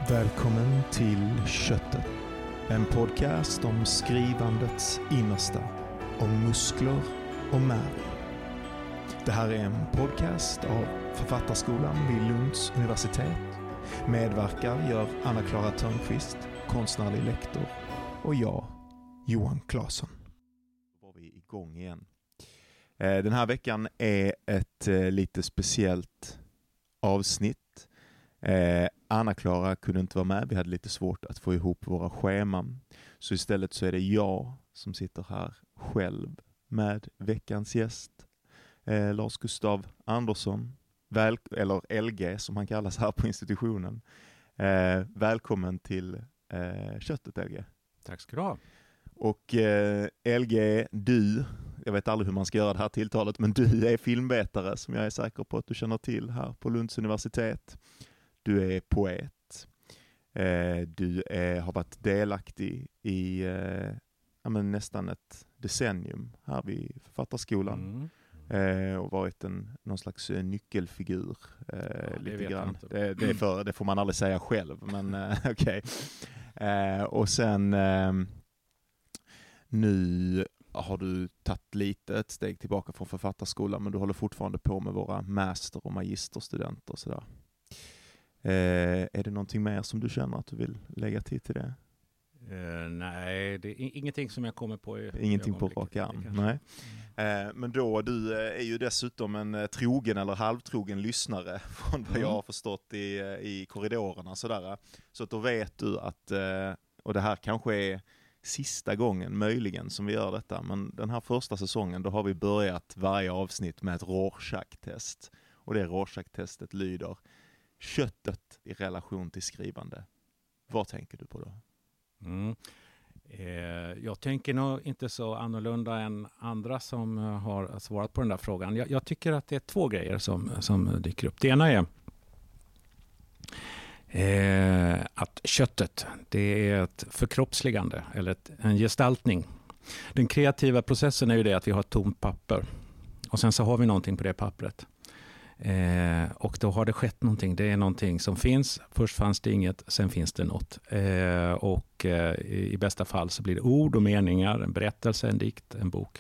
Välkommen till Köttet. En podcast om skrivandets innersta, om muskler och märg. Det här är en podcast av Författarskolan vid Lunds universitet. Medverkar gör Anna-Klara Törnqvist, konstnärlig lektor, och jag, Johan Claesson. Då var vi igång igen. Den här veckan är ett lite speciellt avsnitt. Anna-Klara kunde inte vara med. Vi hade lite svårt att få ihop våra scheman. Så istället så är det jag som sitter här själv med veckans gäst. Lars Gustav Andersson. Eller LG som han kallas här på institutionen. Välkommen till Köttet, LG. Tack ska du ha. Och LG, du, jag vet aldrig hur man ska göra det här tilltalet, men du är filmvetare som jag är säker på att du känner till här på Lunds universitet. Du är poet. Du har varit delaktig i nästan ett decennium här vid Författarskolan. Och varit någon slags nyckelfigur lite grann. Det får man aldrig säga själv, men okej. Och sen nu har du tagit lite ett steg tillbaka från Författarskolan, men du håller fortfarande på med våra master- och magisterstudenter och sådär. Är det någonting mer som du känner att du vill lägga till det? Nej, det är ingenting som jag kommer på. Ingenting på rak arm, nej. Men då, du är ju dessutom en trogen eller halvtrogen lyssnare från vad jag har förstått i korridorerna. Sådär. Så att då vet du att, och det här kanske är sista gången möjligen som vi gör detta, men den här första säsongen då har vi börjat varje avsnitt med ett Rorschach-test. Och det Rorschach-testet lyder: köttet i relation till skrivande. Vad tänker du på då? Jag tänker nog inte så annorlunda än andra som har svarat på den där frågan. Jag tycker att det är två grejer som dyker upp. Det ena är att köttet, det är ett förkroppsligande eller en gestaltning. Den kreativa processen är ju det att vi har ett tomt papper och sen så har vi någonting på det pappret. Och då har det skett någonting. Det är någonting som finns. Först fanns det inget, sen finns det något. I bästa fall så blir det ord och meningar, en berättelse, en dikt, en bok.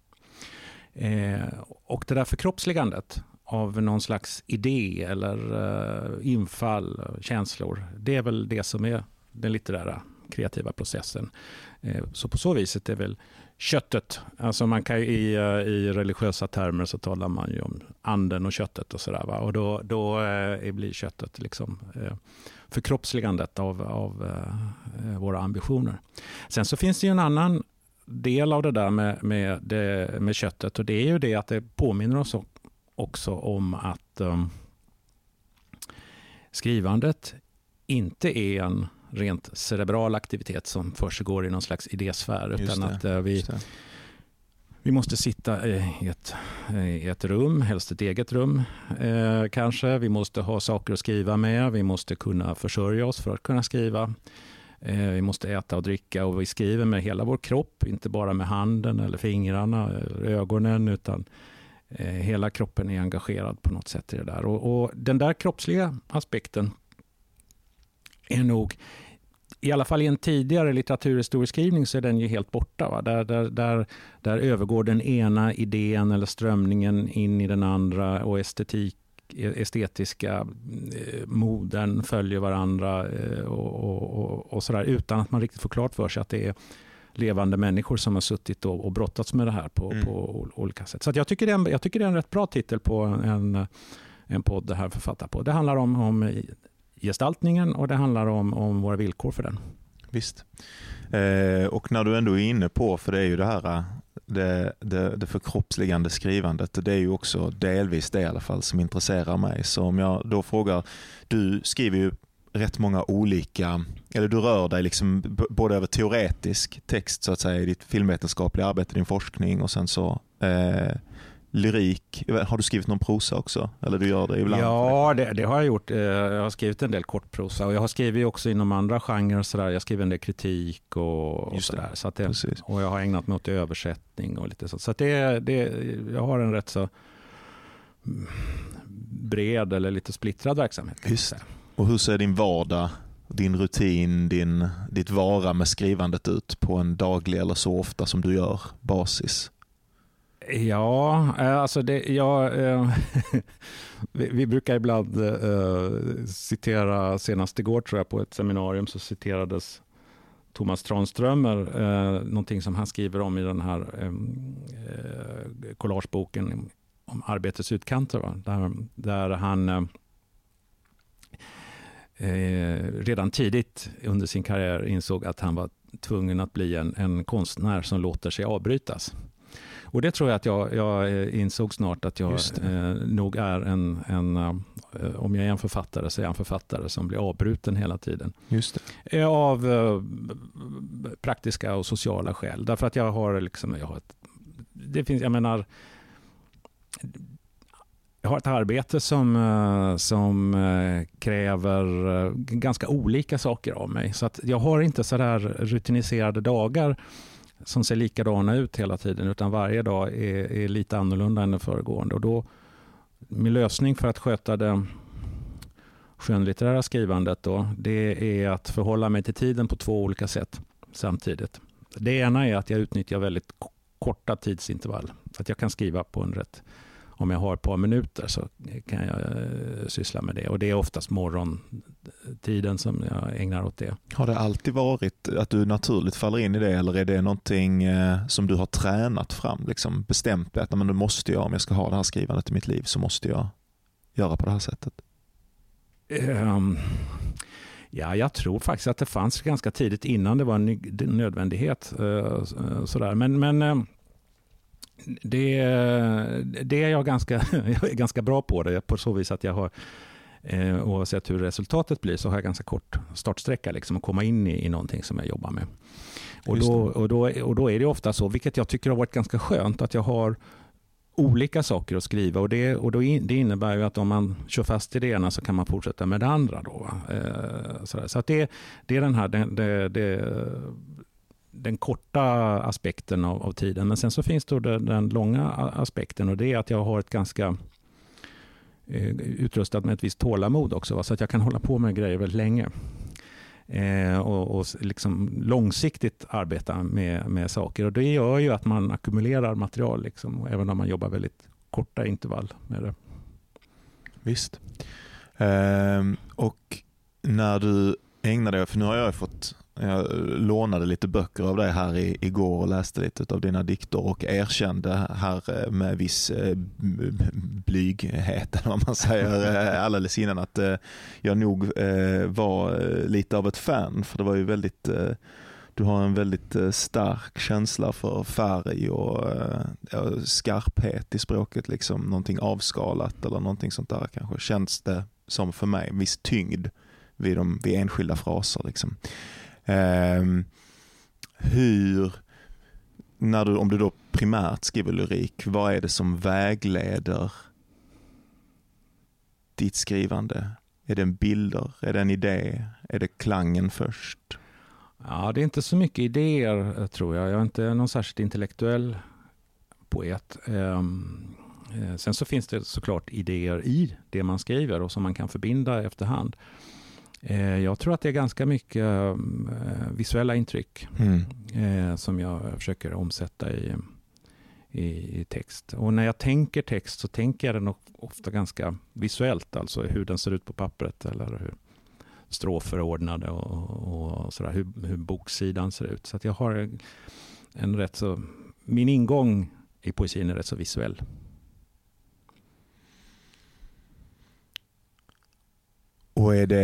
Och det där förkroppsligandet av någon slags idé eller infall, känslor, det är väl det som är den litterära kreativa processen. Så på så viset är väl köttet, alltså man kan i religiösa termer så talar man ju om anden och köttet och sådär, va? Och då blir köttet liksom förkroppsligandet av våra ambitioner. Sen så finns det ju en annan del av det där med köttet, och det är ju det att det påminner oss också om att skrivandet inte är en rent cerebral aktivitet som försiggår i någon slags idésfär, utan att vi måste sitta i ett rum, helst ett eget rum kanske. Vi måste ha saker att skriva med, vi måste kunna försörja oss för att kunna skriva. Vi måste äta och dricka, och vi skriver med hela vår kropp, inte bara med handen eller fingrarna eller ögonen, utan hela kroppen är engagerad på något sätt i det där. Och den där kroppsliga aspekten är nog, i alla fall i en tidigare litteraturhistorieskrivning så är den ju helt borta. Va? Där övergår den ena idén eller strömningen in i den andra, och estetiska moden följer varandra och sådär, utan att man riktigt får klart för sig att det är levande människor som har suttit och brottats med det här på olika sätt. Så att jag tycker det är en rätt bra titel på en podd, det här Författarpodd. Det handlar om gestaltningen, och det handlar om våra villkor för den. Visst. Och när du ändå är inne på, för det är ju det här det förkroppsligande skrivandet, det är ju också delvis det i alla fall som intresserar mig. Så om jag då frågar, du skriver ju rätt många olika, eller du rör dig liksom både över teoretisk text så att säga i ditt filmvetenskapliga arbete, din forskning, och sen så lyrik. Har du skrivit någon prosa också? Eller du gör det ibland? Ja, det har jag gjort. Jag har skrivit en del kortprosa, och jag har skrivit också inom andra genrer och sådär. Jag skriver en del kritik och sådär. Så att och jag har ägnat mig åt översättning och lite så. Så att jag har en rätt så bred eller lite splittrad verksamhet. Just. Och hur ser din vardag din rutin, ditt vara med skrivandet ut på en daglig eller så ofta som du gör basis? Ja, alltså vi brukar ibland citera, senast igår tror jag på ett seminarium så citerades Thomas Tranströmer, någonting som han skriver om i den här collageboken om arbetets utkanter. Va? Där han redan tidigt under sin karriär insåg att han var tvungen att bli en konstnär som låter sig avbrytas. Och det tror jag att jag insåg snart att jag nog är om jag är en författare så är jag en författare som blir avbruten hela tiden. Just det. Av praktiska och sociala skäl. Därför att jag har ett arbete som kräver ganska olika saker av mig. Så att jag har inte så där rutiniserade dagar som ser likadana ut hela tiden, utan varje dag är lite annorlunda än den föregående. Och då, min lösning för att sköta det skönlitterära skrivandet då, det är att förhålla mig till tiden på 2 olika sätt samtidigt. Det ena är att jag utnyttjar väldigt korta tidsintervall. Så att jag kan skriva på en rätt, om jag har ett par minuter så kan jag syssla med det. Och det är oftast morgontiden som jag ägnar åt det. Har det alltid varit att du naturligt faller in i det, eller är det någonting som du har tränat fram, liksom bestämt att men, måste jag, om jag ska ha det här skrivandet i mitt liv så måste jag göra på det här sättet? Ja, jag tror faktiskt att det fanns ganska tidigt innan det var en nödvändighet. Sådär. Men det är jag är ganska bra på det, på så vis att jag har, oavsett hur resultatet blir, så har jag ganska kort startsträcka liksom, att komma in i någonting som jag jobbar med. Och då är det ofta så, vilket jag tycker har varit ganska skönt, att jag har olika saker att skriva, och det innebär ju att om man kör fast i det ena så kan man fortsätta med det andra då. Så att det är den här den korta aspekten av tiden. Men sen så finns det den långa aspekten, och det är att jag har ett ganska utrustat med ett visst tålamod också, så att jag kan hålla på med grejer väldigt länge. Och liksom långsiktigt arbeta med saker. Och det gör ju att man ackumulerar material, liksom, även om man jobbar väldigt korta intervall med det. Visst. Och när du ägnar dig, för nu har jag lånade lite böcker av dig här igår och läste lite av dina dikter och erkände här med viss blyghet, eller vad man säger, alldeles innan att jag nog var lite av ett fan, för det var ju väldigt, du har en väldigt stark känsla för färg och skarphet i språket, liksom någonting avskalat eller någonting sånt där, kanske känns det som för mig, viss tyngd vid enskilda fraser liksom. Om du då primärt skriver lyrik, vad är det som vägleder ditt skrivande? Är det en bilder? Är det en idé? Är det klangen först? Ja, det är inte så mycket idéer, tror jag. Jag är inte någon särskilt intellektuell poet. Sen så finns det såklart idéer i det man skriver och som man kan förbinda efterhand. Jag tror att det är ganska mycket visuella intryck som jag försöker omsätta i text. Och när jag tänker text så tänker jag den ofta ganska visuellt, alltså hur den ser ut på pappret eller hur strofer är ordnade och sådär, hur boksidan ser ut. Så att jag har min ingång i poesin är rätt så visuell. Och är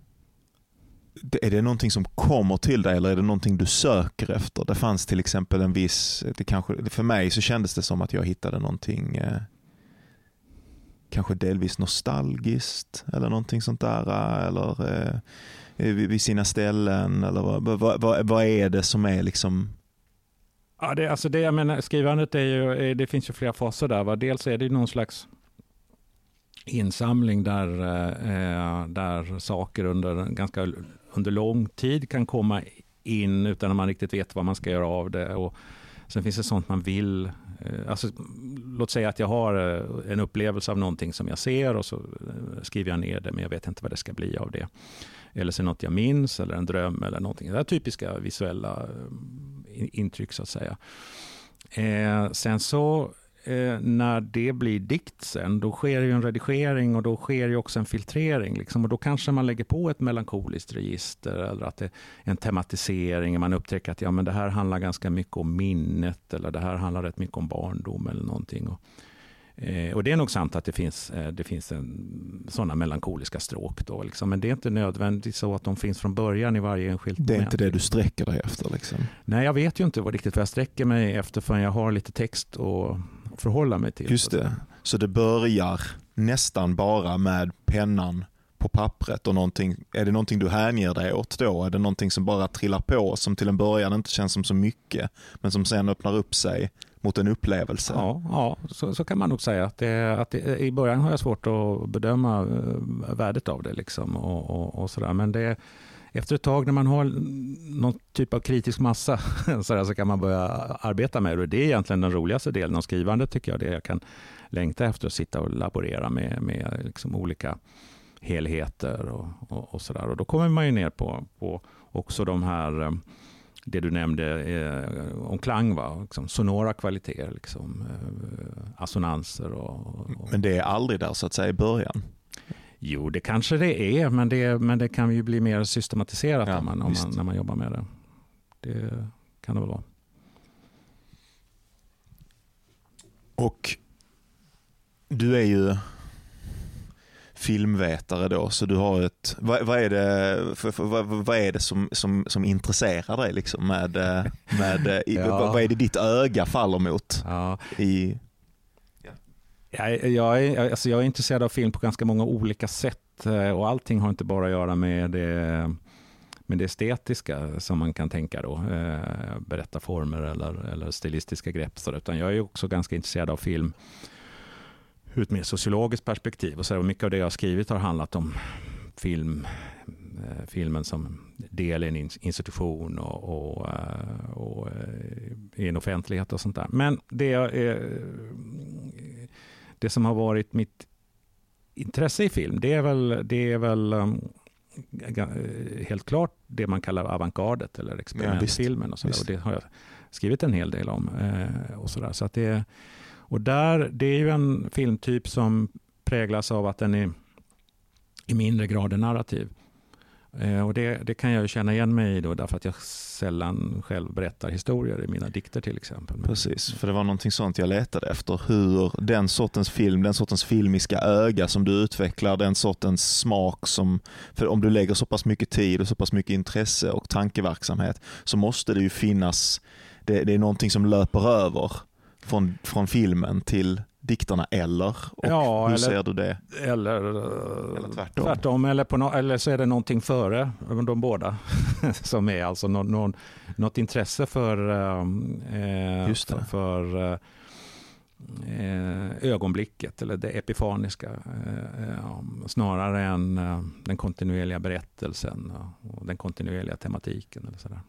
det någonting som kommer till dig, eller är det någonting du söker efter? Det fanns till exempel en viss, för mig så kändes det som att jag hittade någonting kanske delvis nostalgiskt eller någonting sånt där, eller vid sina ställen, eller vad är det som är liksom? Ja, jag menar, skrivandet är ju, det finns ju flera faser där, va? Dels är det någon slags insamling där saker under lång tid kan komma in utan att man riktigt vet vad man ska göra av det, och sen finns det sånt man vill Alltså, låt säga att jag har en upplevelse av någonting som jag ser och så skriver jag ner det, men jag vet inte vad det ska bli av det. Eller så något jag minns eller en dröm eller någonting. Det är typiska visuella intryck så att säga. Sen så när det blir dikt sen, då sker ju en redigering och då sker ju också en filtrering. Liksom. Och då kanske man lägger på ett melankoliskt register eller att det är en tematisering. Man upptäcker att men det här handlar ganska mycket om minnet eller det här handlar rätt mycket om barndom eller någonting. Och det är nog sant att det finns sådana melankoliska stråk då. Liksom. Men det är inte nödvändigt så att de finns från början i varje enskilt moment. Det är inte det du sträcker dig efter liksom? Nej, jag vet ju inte riktigt vad jag sträcker mig efter förrän jag har lite text att förhålla mig till. Just det. Så det börjar nästan bara med pennan på pappret och någonting. Är det någonting du hänger dig åt då? Är det någonting som bara trillar på som till en början inte känns som så mycket men som sen öppnar upp sig mot en upplevelse? Ja, så kan man nog säga. Att i början har jag svårt att bedöma värdet av det liksom och sådär. Men det efter ett tag när man har någon typ av kritisk massa så kan man börja arbeta med det. Och det är egentligen den roligaste delen av skrivandet tycker jag. Det jag kan längta efter att sitta och laborera med liksom olika helheter och sådär. Och då kommer man ju ner på också de här, det du nämnde om klang, va? Liksom sonora kvaliteter, liksom, assonanser. Men det är aldrig där så att säga i början? Jo, det kanske det är, men det kan ju bli mer systematiserat när man jobbar med det. Det kan det väl vara. Och du är ju filmvetare då, så du har ett... Vad är det som intresserar dig liksom vad är det ditt öga faller mot? Ja. Jag är intresserad av film på ganska många olika sätt och allting har inte bara att göra med det estetiska som man kan tänka då, berättarformer eller stilistiska grepp, utan jag är också ganska intresserad av film ur ett mer sociologiskt perspektiv. Och mycket av det jag har skrivit har handlat om filmen som del i en institution och i en offentlighet och sånt där. Men det som har varit mitt intresse i film, det är väl helt klart det man kallar avantgardet eller experimentfilmen och sådär. Och det har jag skrivit en hel del om och sådär. Så att det är ju en filmtyp som präglas av att den är i mindre grad är narrativ. Och det kan jag ju känna igen mig i då, därför att jag sällan själv berättar historier i mina dikter till exempel. Precis, för det var någonting sånt jag letade efter. Hur den sortens filmiska öga som du utvecklar, den sortens smak som, för om du lägger så pass mycket tid och så pass mycket intresse och tankeverksamhet så måste det ju finnas, det är någonting som löper över från filmen till dikterna hur ser du det? Eller tvärtom eller så är det någonting före de båda som är alltså något intresse för ögonblicket eller det epifaniska snarare än den kontinuerliga berättelsen och den kontinuerliga tematiken eller sådär.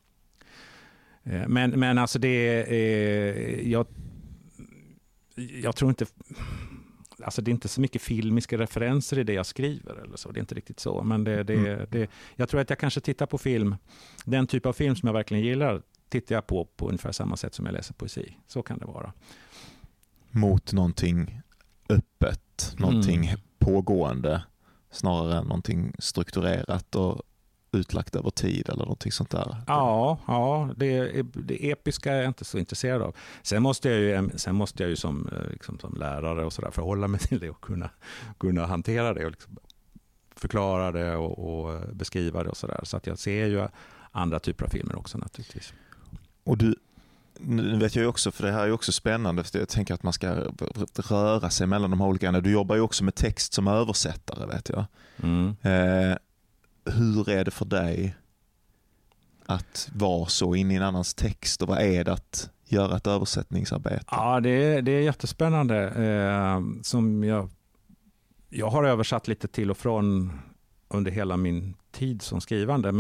Men alltså det är jag tror inte, alltså det är inte så mycket filmiska referenser i det jag skriver eller så, det är inte riktigt så, men jag tror att jag kanske tittar på film, den typ av film som jag verkligen gillar tittar jag på ungefär samma sätt som jag läser poesi, så kan det vara. Mot någonting öppet, någonting pågående snarare än någonting strukturerat och utlagt över tid eller någonting sånt där. Ja, det episka är jag inte så intresserad av. Sen måste jag ju som lärare och så där förhålla mig till det och kunna hantera det och liksom förklara det och beskriva det och så där. Så att jag ser ju andra typer av filmer också naturligtvis. Och nu vet jag ju också, för det här är ju också spännande, för jag tänker att man ska röra sig mellan de här olika. Du jobbar ju också med text som översättare, vet jag. Hur är det för dig att vara så in i en annans text och vad är det att göra ett översättningsarbete? Ja, det är jättespännande. Som jag har översatt lite till och från under hela min tid som skrivande,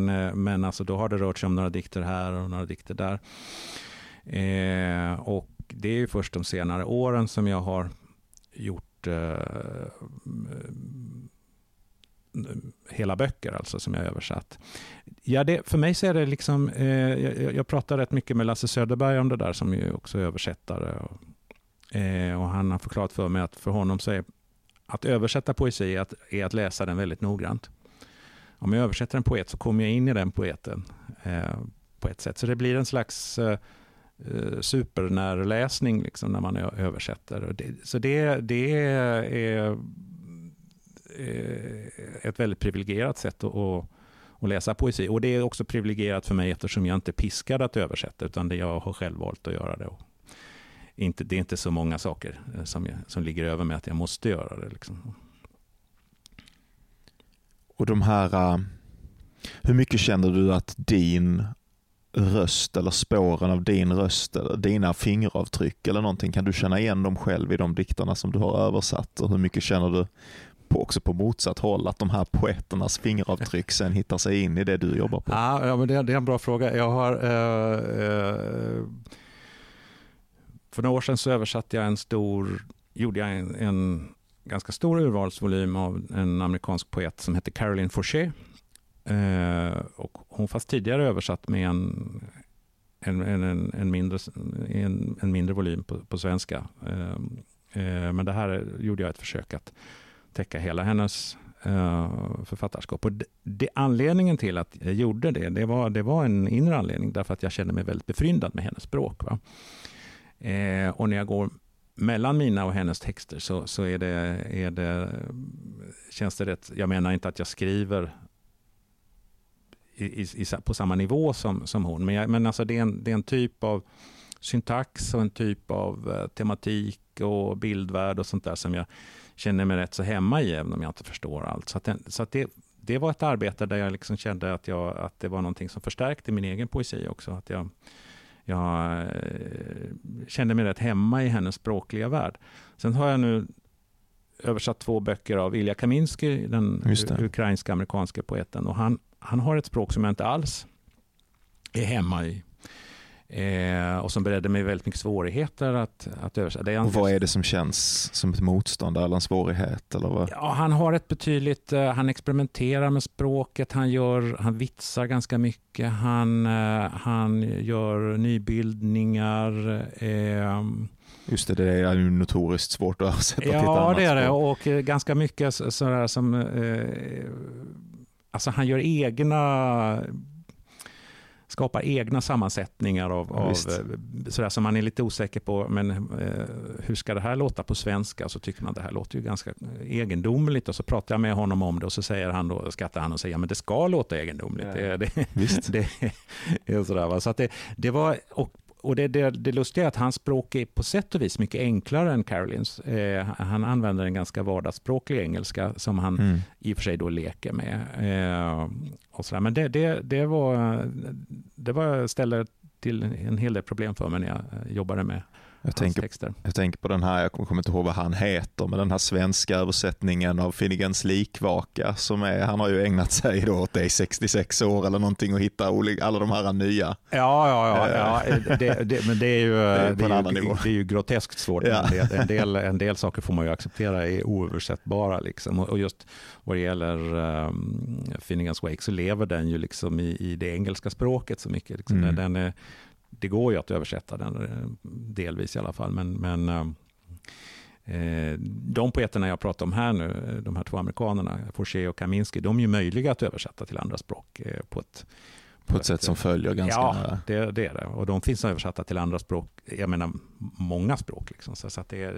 men alltså då har det rört sig om några dikter här och några dikter där. Och det är ju först de senare åren som jag har gjort hela böcker, alltså som jag översatt. Ja, för mig så är det liksom, jag pratar rätt mycket med Lasse Söderberg om det där, som ju också är översättare. Och han har förklarat för mig att för honom så är att översätta poesi är att läsa den väldigt noggrant. Om jag översätter en poet så kommer jag in i den poeten på ett sätt. Så det blir en slags supernärläsning liksom, när man översätter. Så det är ett väldigt privilegierat sätt att läsa poesi. Och det är också privilegierat för mig eftersom jag inte är piskad att översätta, utan det jag har själv valt att göra det. Och det är inte så många saker som ligger över mig att jag måste göra det. Liksom. Och de här, hur mycket känner du att din röst eller spåren av din röst eller dina fingeravtryck eller någonting, kan du känna igen dem själv i de dikterna som du har översatt? Och hur mycket känner du också på motsatt håll att de här poeternas fingeravtryck sen hittar sig in i det du jobbar på? Ja, men det är en bra fråga. Jag har för några år sedan så översatte jag gjorde jag en ganska stor urvalsvolym av en amerikansk poet som heter Caroline Forché. Och hon fast tidigare översatt med en mindre volym på svenska. Men det här gjorde jag ett försök att täcka hela hennes författarskap. Och anledningen till att jag gjorde det var en inre anledning, därför att jag kände mig väldigt befryndad med hennes språk. Va? Och när jag går mellan mina och hennes texter så känns det rätt. Jag menar inte att jag skriver på samma nivå som hon, men alltså det är en typ av syntax och en typ av tematik och bildvärld och sånt där som jag känner mig rätt så hemma i, även om jag inte förstår allt. Så att det var ett arbete där jag liksom kände att det var någonting som förstärkte min egen poesi också, att jag kände mig rätt hemma i hennes språkliga värld. Sen har jag nu översatt 2 böcker av Ilja Kaminsky, den ukrainska amerikanska poeten, och han har ett språk som jag inte alls är hemma i. Och som beredde mig väldigt mycket svårigheter att översätta. Och vad är det som känns som ett motstånd eller en svårighet? Eller vad? Ja, han har ett betydligt, han experimenterar med språket, han vitsar ganska mycket, han gör nybildningar. Just det är ju notoriskt svårt att översätta till ett annat språk. Ja, det är det, och ganska mycket sådär som, alltså han gör skapar egna sammansättningar av sådär som man är lite osäker på, men hur ska det här låta på svenska? Så tycker man det här låter ju ganska egendomligt, och så pratar jag med honom om det och så säger han då, skrattar han och säger, men det ska låta egendomligt. Ja. Det är sådär, va? Så att det var, och det lustiga är att hans språk är på sätt och vis mycket enklare än Carolines. Han använder en ganska vardagsspråklig engelska som han i och för sig då leker med. Och sådär. Men det ställde till en hel del problem för mig när jag jobbade med hans texter. Jag tänker på den här, jag kommer inte ihåg vad han heter, men den här svenska översättningen av Finnegans likvaka, han har ju ägnat sig då åt det i 66 år eller någonting och hitta alla de här nya. Ja. Men det är ju det är ju groteskt svårt. Ja. En del saker får man ju acceptera är oöversättbara liksom. Och just vad det gäller Finnegans Wake så lever den ju liksom i det engelska språket så mycket liksom. Det går ju att översätta den delvis i alla fall, men de poeterna jag pratar om här nu, de här 2 amerikanerna, Forché och Kaminsky, de är ju möjliga att översätta till andra språk på ett sätt som följer ganska nära. Ja, det är det. Och de finns översatta till andra språk, jag menar många språk liksom, så att det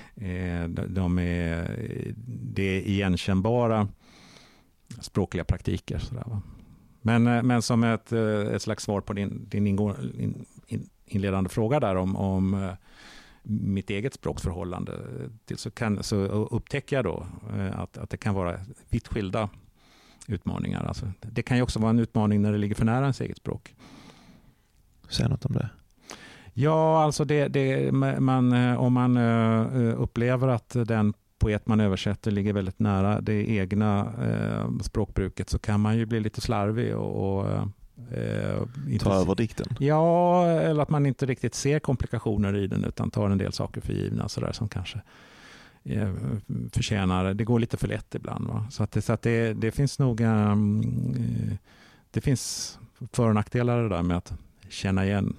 är igenkännbara språkliga praktiker sådär, va? Men som ett slags svar på din inledande fråga där om mitt eget språksförhållande så upptäcker jag då att det kan vara vitt skilda utmaningar. Alltså, det kan ju också vara en utmaning när det ligger för nära ens eget språk. Säg något om det. Ja, alltså om man upplever att den poet man översätter ligger väldigt nära det egna språkbruket, så kan man ju bli lite slarvig och Ta över dikten? Ja, eller att man inte riktigt ser komplikationer i den utan tar en del saker för givna så där, som kanske förtjänar. Det går lite för lätt ibland. Va? Så att det finns nog det finns för- och nackdelar där med att känna igen.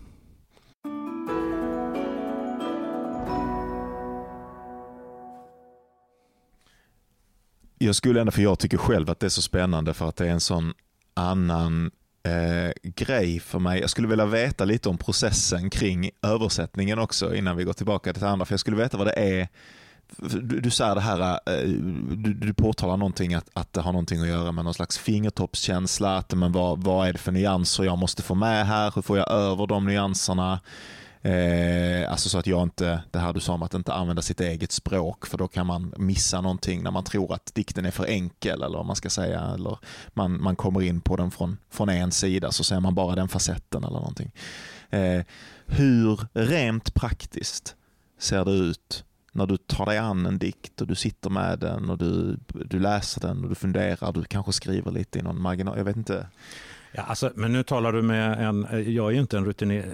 Jag skulle ändå, för jag tycker själv att det är så spännande för att det är en sån annan grej för mig. Jag skulle vilja veta lite om processen kring översättningen också innan vi går tillbaka till det andra. För jag skulle veta vad det är. Du säger det här, du påtalar någonting att det har någonting att göra med någon slags fingertoppskänsla. Att, men vad är det för nyanser jag måste få med här? Hur får jag över de nyanserna? Alltså så att jag inte, det här du sa om att inte använda sitt eget språk, för då kan man missa någonting när man tror att dikten är för enkel, eller vad man ska säga, eller man kommer in på den från en sida, så ser man bara den facetten eller någonting. Hur rent praktiskt ser det ut när du tar dig an en dikt och du sitter med den och du läser den och du funderar, du kanske skriver lite i någon marginal, jag vet inte. Ja, alltså, men nu talar du med jag är ju inte en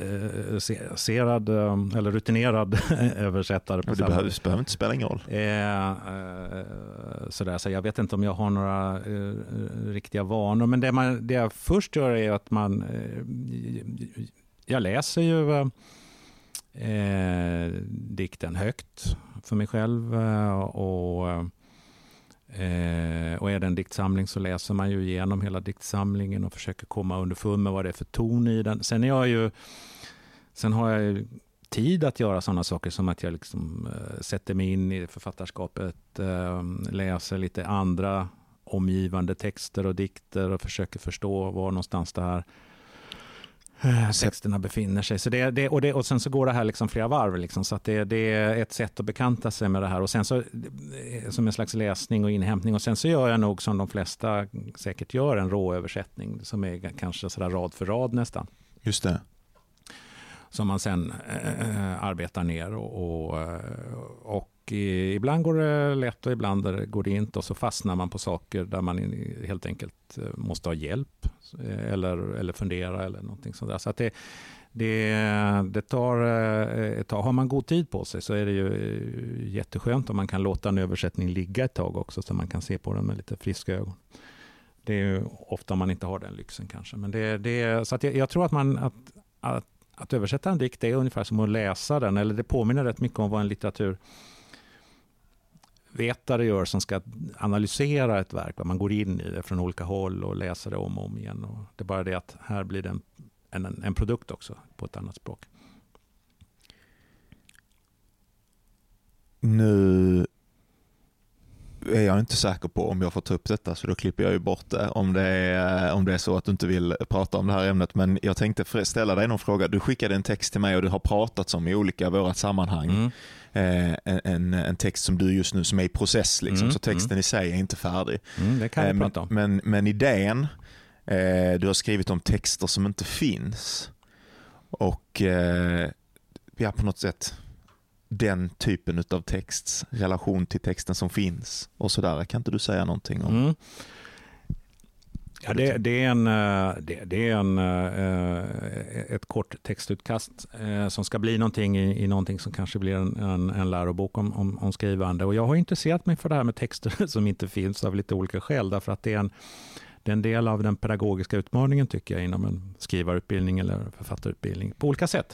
rutinerad översättare. Det behöver inte spela ingen roll. Så jag vet inte om jag har några riktiga vanor, men det jag först gör är att jag läser ju dikten högt för mig själv, och är det en diktsamling så läser man ju igenom hela diktsamlingen och försöker komma underfund med vad det är för ton i den. Sen har jag ju tid att göra sådana saker som att jag liksom sätter mig in i författarskapet, läser lite andra omgivande texter och dikter och försöker förstå var någonstans det här texterna befinner sig. Så och sen så går det här liksom flera varv. Liksom, så att det är ett sätt att bekanta sig med det här. Och sen så som en slags läsning och inhämtning. Och sen så gör jag nog som de flesta säkert gör, en råöversättning som är kanske sådär rad för rad nästan. Just det. Som man sen arbetar ner och ibland går det lätt och ibland går det inte, och så fastnar man på saker där man helt enkelt måste ha hjälp eller fundera eller någonting sådär. Så att det tar ett tag. Har man god tid på sig så är det ju jätteskönt om man kan låta en översättning ligga ett tag också, så man kan se på den med lite friska ögon. Det är ju ofta man inte har den lyxen kanske, men så att jag tror att översätta en dikt är ungefär som att läsa den, eller det påminner rätt mycket om vad en litteraturvetare gör som ska analysera ett verk. Man går in i det från olika håll och läser det om och om igen. Och det är bara det att här blir det en produkt också på ett annat språk. Nu är jag inte säker på om jag får ta upp detta, så då klipper jag ju bort det om det är så att du inte vill prata om det här ämnet. Men jag tänkte ställa dig någon fråga. Du skickade en text till mig och du har pratat om i olika våra sammanhang. En text som du just nu som är i process liksom, så texten i sig är inte färdig. Det kan jag prata om. Men idén, du har skrivit om texter som inte finns, och på något sätt den typen av texts relation till texten som finns och sådär. Kan inte du säga någonting om? Ja, det är ett kort textutkast som ska bli någonting i någonting som kanske blir en lärobok om skrivande. Och jag har intresserat mig för det här med texter som inte finns av lite olika skäl, därför att det är en del av den pedagogiska utmaningen, tycker jag, inom en skrivarutbildning eller författarutbildning på olika sätt.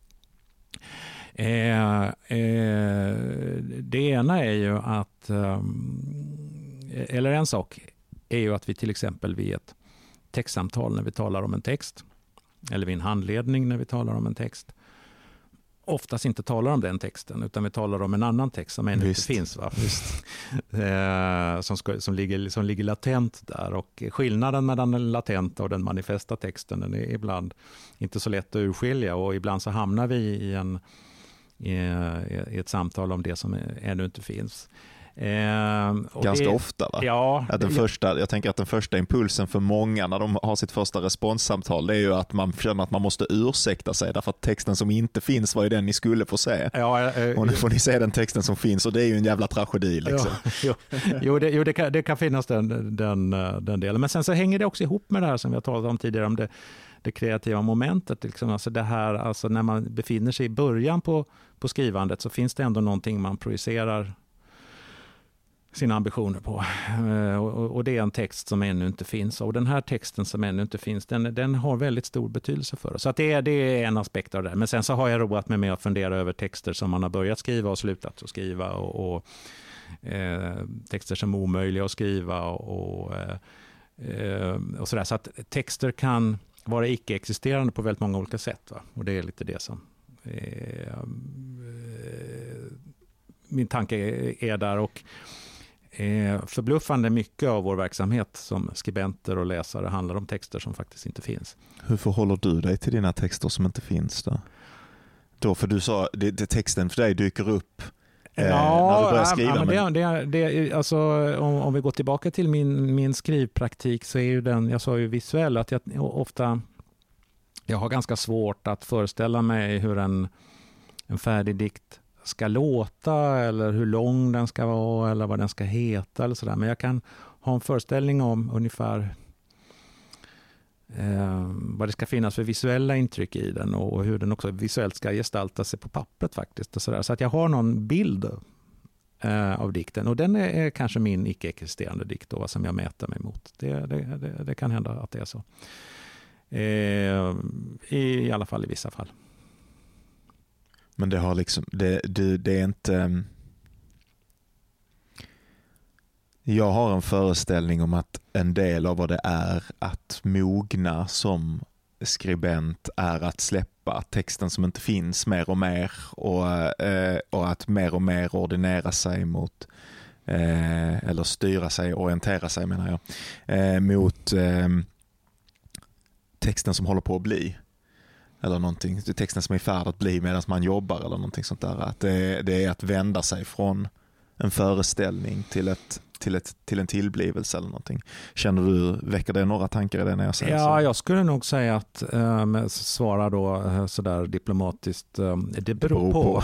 Det ena är ju att, eller en sak är ju att vi till exempel vid ett textsamtal när vi talar om en text, eller vid en handledning när vi talar om en text, oftast inte talar om den texten, utan vi talar om en annan text som ännu inte finns. Va? Som ligger latent där. Och skillnaden mellan den latenta och den manifesta texten, den är ibland inte så lätt att urskilja, och ibland så hamnar vi i ett samtal om det som ännu inte finns. Ganska ofta va? Ja. Jag tänker att den första impulsen för många när de har sitt första responssamtal, det är ju att man känner att man måste ursäkta sig därför att texten som inte finns var ju den ni skulle få se. Och nu får ni se den texten som finns och det är ju en jävla tragedi. Liksom. Det kan finnas den delen. Men sen så hänger det också ihop med det här som vi har talat om tidigare, om det kreativa momentet. Liksom. Alltså det här, alltså när man befinner sig i början på skrivandet så finns det ändå någonting man projicerar sina ambitioner på. Och det är en text som ännu inte finns. Och den här texten som ännu inte finns, den har väldigt stor betydelse för oss. Så att det är en aspekt av det. Men sen så har jag roat mig med att fundera över texter som man har börjat skriva och slutat att skriva. Och texter som är omöjliga att skriva och sådär. Så att texter kan vara icke-existerande på väldigt många olika sätt. Va? Och det är lite det som min tanke är där. Och förbluffande mycket av vår verksamhet som skribenter och läsare handlar om texter som faktiskt inte finns. Hur förhåller du dig till dina texter som inte finns då? För du sa att texten för dig dyker upp när du börjar skriva. Alltså, om vi går tillbaka till min skrivpraktik så är ju den, jag sa ju visuell, att jag har ganska svårt att föreställa mig hur en färdig dikt ska låta eller hur lång den ska vara eller vad den ska heta eller sådär. Men jag kan ha en föreställning om ungefär vad det ska finnas för visuella intryck i den och hur den också visuellt ska gestalta sig på pappret faktiskt. Och sådär. Så att jag har någon bild av dikten och den är kanske min icke-existerande dikt då, som jag mäter mig mot. Det kan hända att det är så. I alla fall i vissa fall. Men det har liksom, det är inte... Jag har en föreställning om att en del av vad det är att mogna som skribent är att släppa texten som inte finns mer och mer och att mer och mer ordinera sig mot eller styra sig, orientera sig menar jag, mot texten som håller på att bli. Eller någonting, texten som är i färd att bli medan man jobbar eller någonting sånt där. Att det är att vända sig från en föreställning till en tillblivelse eller någonting. Väcker det några tankar i det när jag säger så? Ja, jag skulle nog säga att svara då sådär diplomatiskt, det beror på.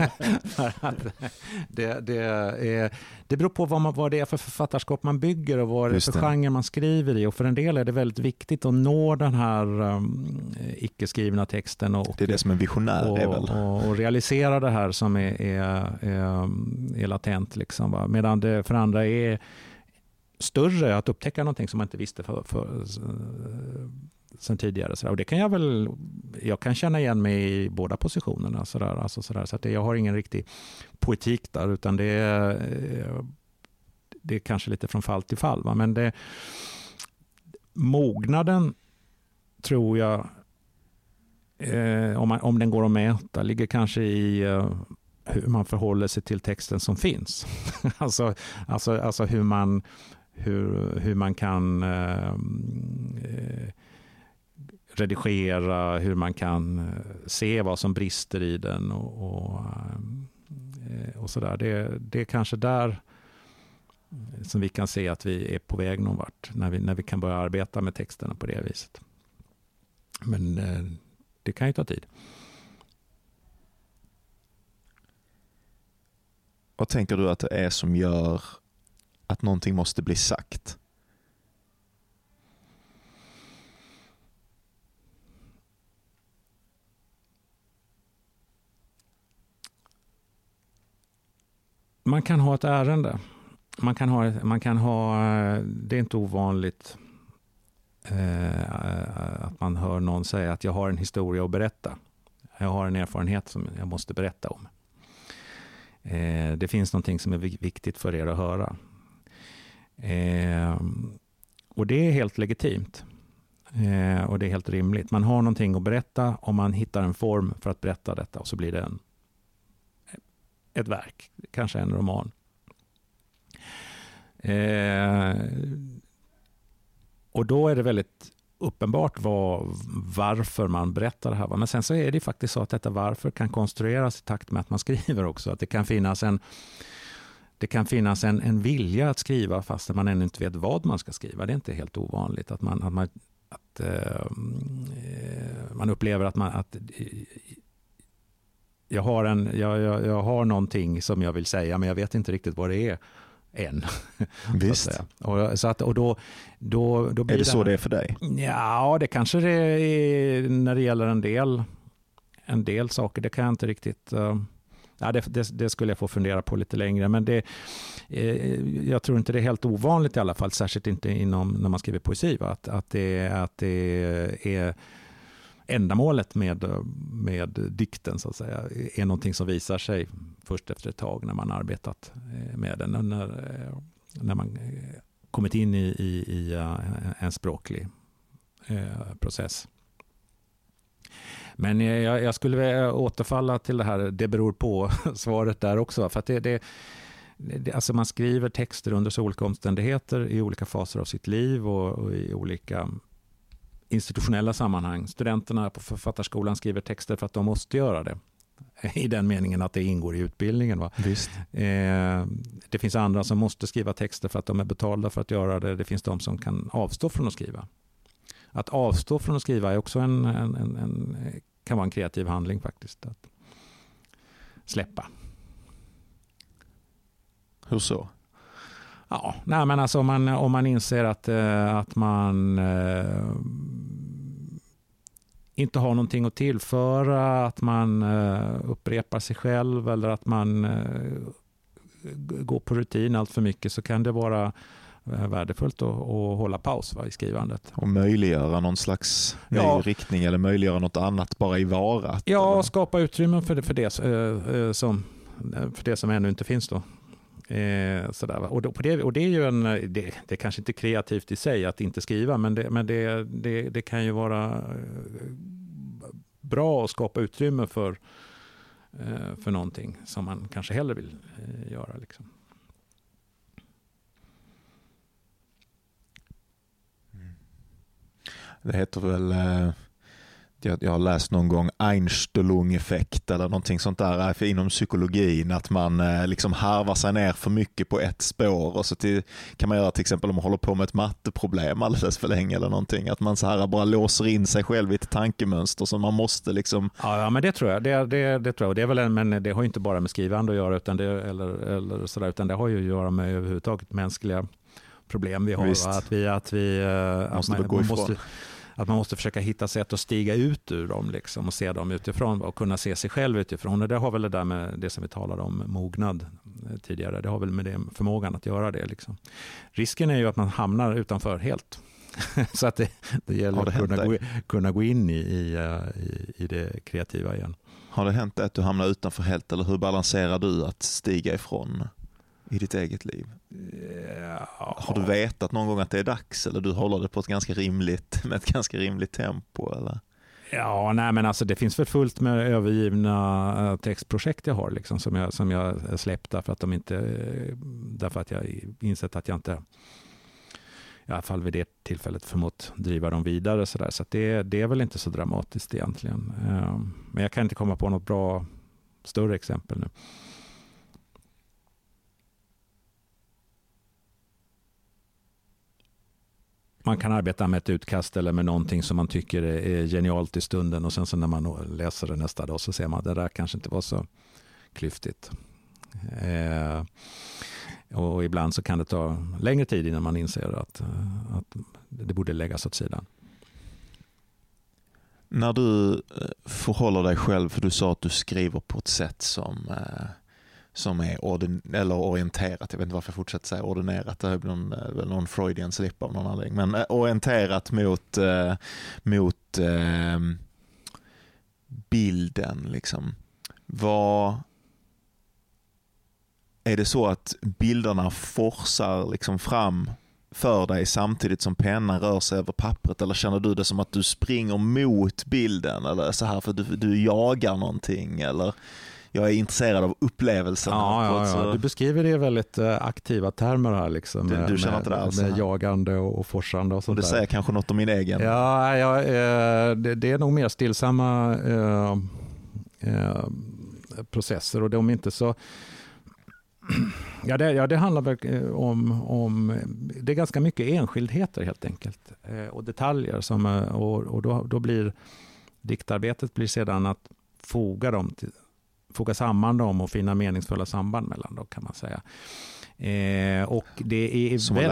det beror på vad det är för författarskap man bygger och vad det är för genre man skriver i. Och för en del är det väldigt viktigt att nå den här icke-skrivna texten. Det är det som är visionär är väl? Och realisera det här som är latent. Liksom, va? Medan det för andra är större att upptäcka någonting som man inte visste sen tidigare. Och det kan jag kan känna igen mig i båda positionerna. Så att jag har ingen riktig poetik där, utan det är kanske lite från fall till fall. Va? Men mognaden tror jag, om den går att mäta, ligger kanske i hur man förhåller sig till texten som finns. alltså hur man kan redigera, hur man kan se vad som brister i den och sådär. Det är kanske där som vi kan se att vi är på väg någon vart när vi kan börja arbeta med texterna på det viset. Men det kan ju ta tid. Vad tänker du att det är som gör att någonting måste bli sagt? Man kan ha ett ärende. Man kan ha, det är inte ovanligt att man hör någon säga att jag har en historia att berätta. Jag har en erfarenhet som jag måste berätta om. Det finns någonting som är viktigt för er att höra. Och det är helt legitimt. Och det är helt rimligt. Man har någonting att berätta om man hittar en form för att berätta detta. Och så blir det ett verk. Kanske en roman. Och då är det väldigt uppenbart varför man berättar det här. Men sen så är det faktiskt så att detta varför kan konstrueras i takt med att man skriver också. Att det kan finnas det kan finnas en vilja att skriva fast man ännu inte vet vad man ska skriva. Det är inte helt ovanligt att man upplever att jag har någonting som jag vill säga, men jag vet inte riktigt vad det är än. Visst. Och då blir är det så det är för dig? Ja, det kanske det är när det gäller en del saker. Det kan jag inte riktigt... det skulle jag få fundera på lite längre. Men jag tror inte det är helt ovanligt i alla fall. Särskilt inte när man skriver poesi. Att det är ändamålet med dikten så att säga, är någonting som visar sig först efter ett tag när man arbetat med den. När man kommit in i en språklig process. Men jag skulle återfalla till det här, det beror på svaret där också. För att alltså man skriver texter under så olika omständigheter i olika faser av sitt liv och i olika institutionella sammanhang. Studenterna på författarskolan skriver texter för att de måste göra det. I den meningen att det ingår i utbildningen. Va? Visst. Det finns andra som måste skriva texter för att de är betalda för att göra det. Det finns de som kan avstå från att skriva. Att avstå från att skriva är också kan vara en kreativ handling faktiskt. Att släppa. Hur så? Ja, nej, men alltså om man inser att man inte har någonting att tillföra, att man upprepar sig själv eller att man går på rutin allt för mycket, så kan det vara värdefullt att hålla paus i skrivandet. Och möjliggöra någon slags ny riktning eller möjliggöra något annat bara i varat. Ja, eller skapa utrymme för det som ännu inte finns då. Sådär. Och det är ju det är kanske inte kreativt i sig att inte skriva, men det kan ju vara bra att skapa utrymme för någonting som man kanske hellre vill göra liksom. Det heter väl, jag har läst någon gång Einstellung-effekt eller någonting sånt där inom psykologin, att man liksom harvar sig ner för mycket på ett spår och så kan man göra till exempel om man håller på med ett matteproblem alldeles för länge eller någonting, att man så här bara låser in sig själv i ett tankemönster som man måste liksom... Ja, men det tror jag. Det tror jag. Det är väl men det har ju inte bara med skrivande att göra eller sådär, utan det har ju att göra med överhuvudtaget mänskliga problem vi har. Att man måste försöka hitta sätt att stiga ut ur dem liksom, och se dem utifrån och kunna se sig själv utifrån. Och det har väl det där med det som vi talade om, mognad tidigare. Det har väl med det förmågan att göra det. Liksom. Risken är ju att man hamnar utanför helt. Så att det gäller att kunna gå in i det kreativa igen. Har det hänt att du hamnar utanför helt, eller hur balanserar du att stiga ifrån i ditt eget liv? Ja. Har du vetat någon gång att det är dags, eller du håller det på med ett ganska rimligt tempo, eller? Ja, nej, men alltså det finns väl fullt med övergivna textprojekt jag har liksom, som jag släppt därför att jag insett att jag inte i alla fall vid det tillfället förmått driva dem vidare så där. Så att det är väl inte så dramatiskt egentligen. Men jag kan inte komma på något bra större exempel nu. Man kan arbeta med ett utkast eller med någonting som man tycker är genialt i stunden, och sen så när man läser det nästa dag så ser man att det där kanske inte var så klyftigt. Och ibland så kan det ta längre tid innan man inser att det borde läggas åt sidan. När du förhåller dig själv, för du sa att du skriver på ett sätt som är orienterat, jag vet inte varför jag fortsätter säga ordinerat, det är någon Freudian slip av någon anledning, men orienterat mot bilden liksom. Vad är det så att bilderna forsar liksom fram för dig samtidigt som pennan rör sig över pappret, eller känner du det som att du springer mot bilden, eller så här för du jagar någonting, eller jag är intresserad av upplevelsen. Ja. Du beskriver det i väldigt aktiva termer här. Liksom, du känner inte det alls? Med jagande och forsande och sånt där. Det säger kanske något om min egen. Ja, det är nog mer stillsamma processer, och de är inte så... Det handlar väl om det är ganska mycket enskildheter helt enkelt och detaljer och då blir diktarbetet blir sedan att foga samman dem och finna meningsfulla samband mellan dem, kan man säga. Och det är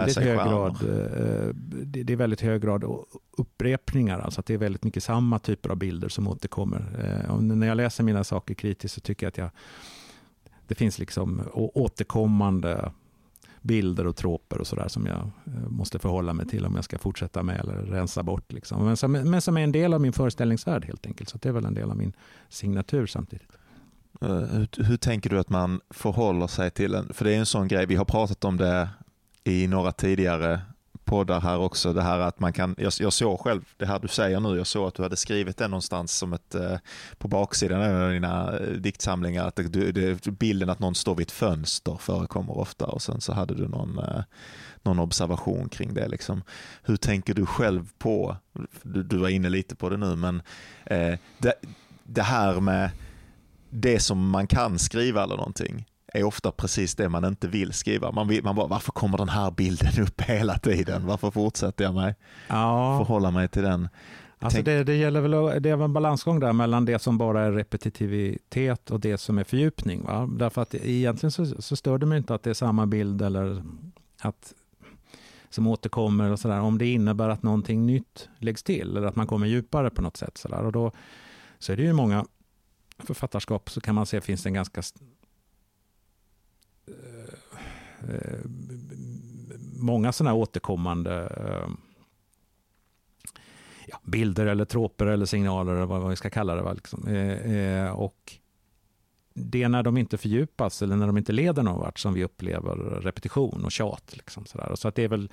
i väldigt hög grad upprepningar, alltså att det är väldigt mycket samma typer av bilder som återkommer. Och när jag läser mina saker kritiskt så tycker jag att det finns liksom återkommande bilder och troper och sådär som jag måste förhålla mig till om jag ska fortsätta med eller rensa bort. Liksom. Men som är en del av min föreställningsvärld helt enkelt. Så det är väl en del av min signatur samtidigt. Hur tänker du att man förhåller sig till en, för det är en sån grej, vi har pratat om det i några tidigare poddar här också, det här att man kan, jag såg själv det här du säger nu, jag såg att du hade skrivit det någonstans som ett på baksidan av dina diktsamlingar, att bilden att någon står vid ett fönster förekommer ofta, och sen så hade du någon observation kring det liksom. Hur tänker du själv på, du var inne lite på det nu, men det här med det som man kan skriva eller någonting är ofta precis det man inte vill skriva. Man bara, varför kommer den här bilden upp hela tiden? Varför fortsätter jag mig förhålla mig till den? Alltså det gäller väl, det är en balansgång där mellan det som bara är repetitivitet och det som är fördjupning. Va? Därför att egentligen så stör det mig inte att det är samma bild eller att som återkommer och sådär, om det innebär att någonting nytt läggs till eller att man kommer djupare på något sätt. Sådär. Och då så är det ju många författarskap, så kan man se finns det en ganska många sådana återkommande bilder eller troper eller signaler eller vad vi ska kalla det. Liksom. Och det är när de inte fördjupas eller när de inte leder någon vart som vi upplever repetition och tjat. Liksom, sådär. Och så att det är väl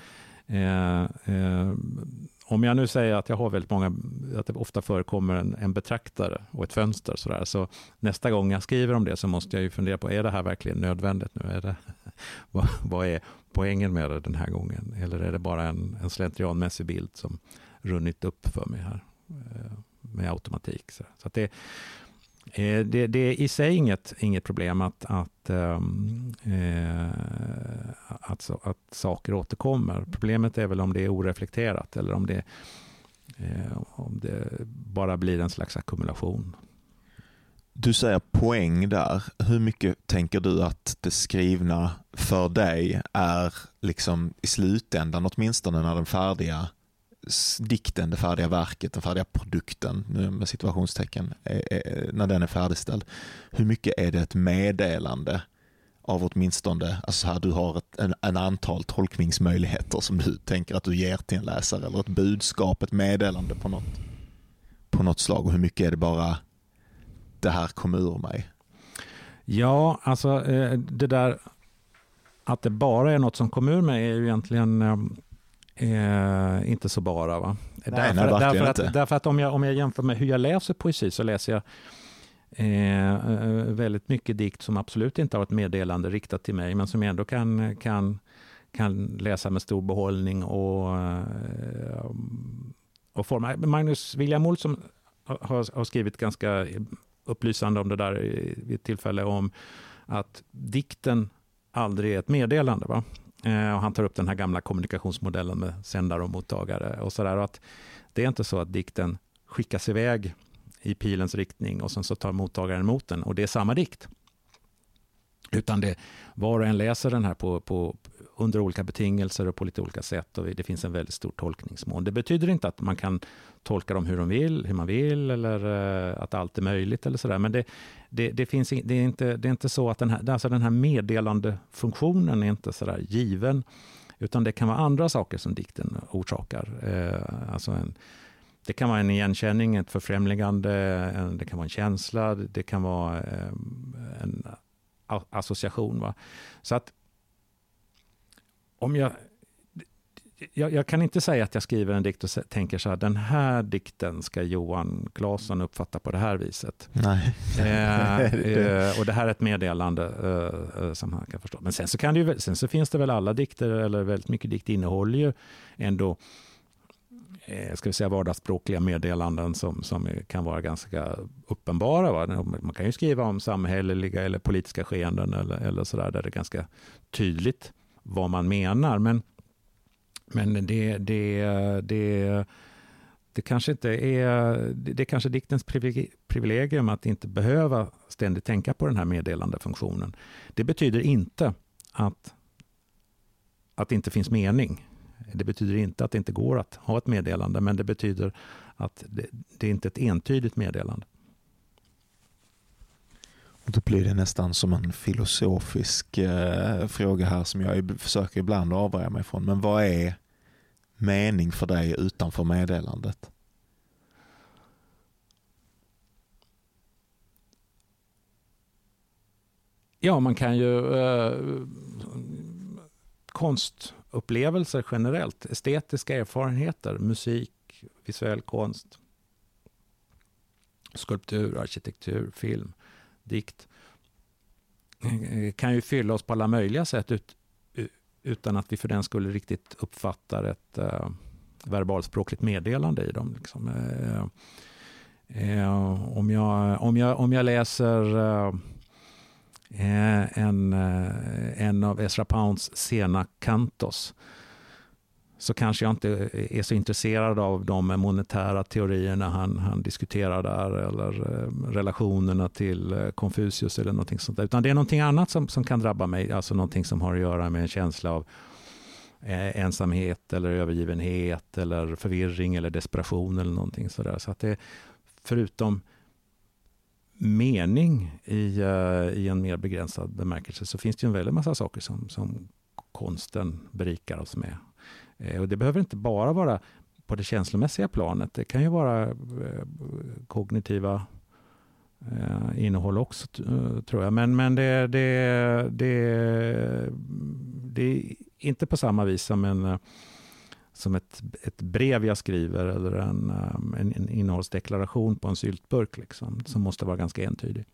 om jag nu säger att jag har väldigt många, att det ofta förekommer en betraktare och ett fönster sådär, så nästa gång jag skriver om det så måste jag ju fundera på, är det här verkligen nödvändigt nu? Är det, vad är poängen med det den här gången? Eller är det bara en slentrianmässig bild som runnit upp för mig här med automatik? Så att det är i sig inget problem att saker återkommer. Problemet är väl om det är oreflekterat eller om det bara blir en slags ackumulation. Du säger poäng där. Hur mycket tänker du att det skrivna för dig är liksom i slutändan, åtminstone när den färdiga dikten, det färdiga verket, den färdiga produkten med situationstecken, när den är färdigställd, hur mycket är det ett meddelande av åtminstone, alltså här du har en antal tolkningsmöjligheter som du tänker att du ger till en läsare, eller ett budskap, ett meddelande på något slag, och hur mycket är det bara det här kommer ur mig? Ja, alltså det där att det bara är något som kommer ur mig är ju egentligen inte så bara, va? Därför att om jag jämför med hur jag läser poesi, så läser jag väldigt mycket dikt som absolut inte har ett meddelande riktat till mig, men som jag ändå kan läsa med stor behållning och forma. Magnus William Olsson har skrivit ganska upplysande om det där vid ett tillfälle, om att dikten aldrig är ett meddelande, va? Och han tar upp den här gamla kommunikationsmodellen med sändare och mottagare och sådär, att det är inte så att dikten skickas iväg i pilens riktning och sen så tar mottagaren emot den och det är samma dikt, utan det var och en läser den här på under olika betingelser och på lite olika sätt, och det finns en väldigt stor tolkningsmån. Det betyder inte att man kan tolka dem hur man vill eller att allt är möjligt eller sådär, men det är inte så att den här meddelande funktionen är inte sådär given, utan det kan vara andra saker som dikten orsakar. Det kan vara en igenkänning, ett förfrämligande, det kan vara en känsla, det kan vara en association, va? Så att om jag kan inte säga att jag skriver en dikt och tänker så här, den här dikten ska Johan Claesson uppfatta på det här viset. Nej. Och det här är ett meddelande som han kan förstå. Men sen så finns det väl alla dikter, eller väldigt mycket dikt innehåller ju ändå ska vi säga vardagsspråkliga meddelanden som kan vara ganska uppenbara. Va? Man kan ju skriva om samhälleliga eller politiska skeenden eller sådär, där det är ganska tydligt vad man menar. Men det kanske inte är, det är kanske diktens privilegium att inte behöva ständigt tänka på den här meddelandefunktionen. Det betyder inte att det inte finns mening. Det betyder inte att det inte går att ha ett meddelande, men det betyder att det är inte ett entydigt meddelande. Och då blir det nästan som en filosofisk fråga här som jag försöker ibland avvärja mig från. Men vad är mening för dig utanför meddelandet? Ja, man kan ju konstupplevelser generellt, estetiska erfarenheter, musik, visuell konst, skulptur, arkitektur, film, dikt kan ju fylla oss på alla möjliga sätt utan att vi för den skulle riktigt uppfattar ett verbalspråkligt meddelande i dem. Liksom. Om jag läser en av Ezra Pounds sena kantos, så kanske jag inte är så intresserad av de monetära teorierna han diskuterar där, eller relationerna till Konfucius eller någonting sånt där. Utan det är någonting annat som kan drabba mig, alltså någonting som har att göra med en känsla av ensamhet eller övergivenhet eller förvirring eller desperation eller någonting sådär. Så att det, förutom mening i en mer begränsad bemärkelse, så finns det ju en väldigt massa saker som konsten berikar oss med. Och det behöver inte bara vara på det känslomässiga planet. Det kan ju vara kognitiva innehåll också, tror jag. Men det är inte på samma vis som ett brev jag skriver eller en innehållsdeklaration på en syltburk liksom, som måste vara ganska entydig.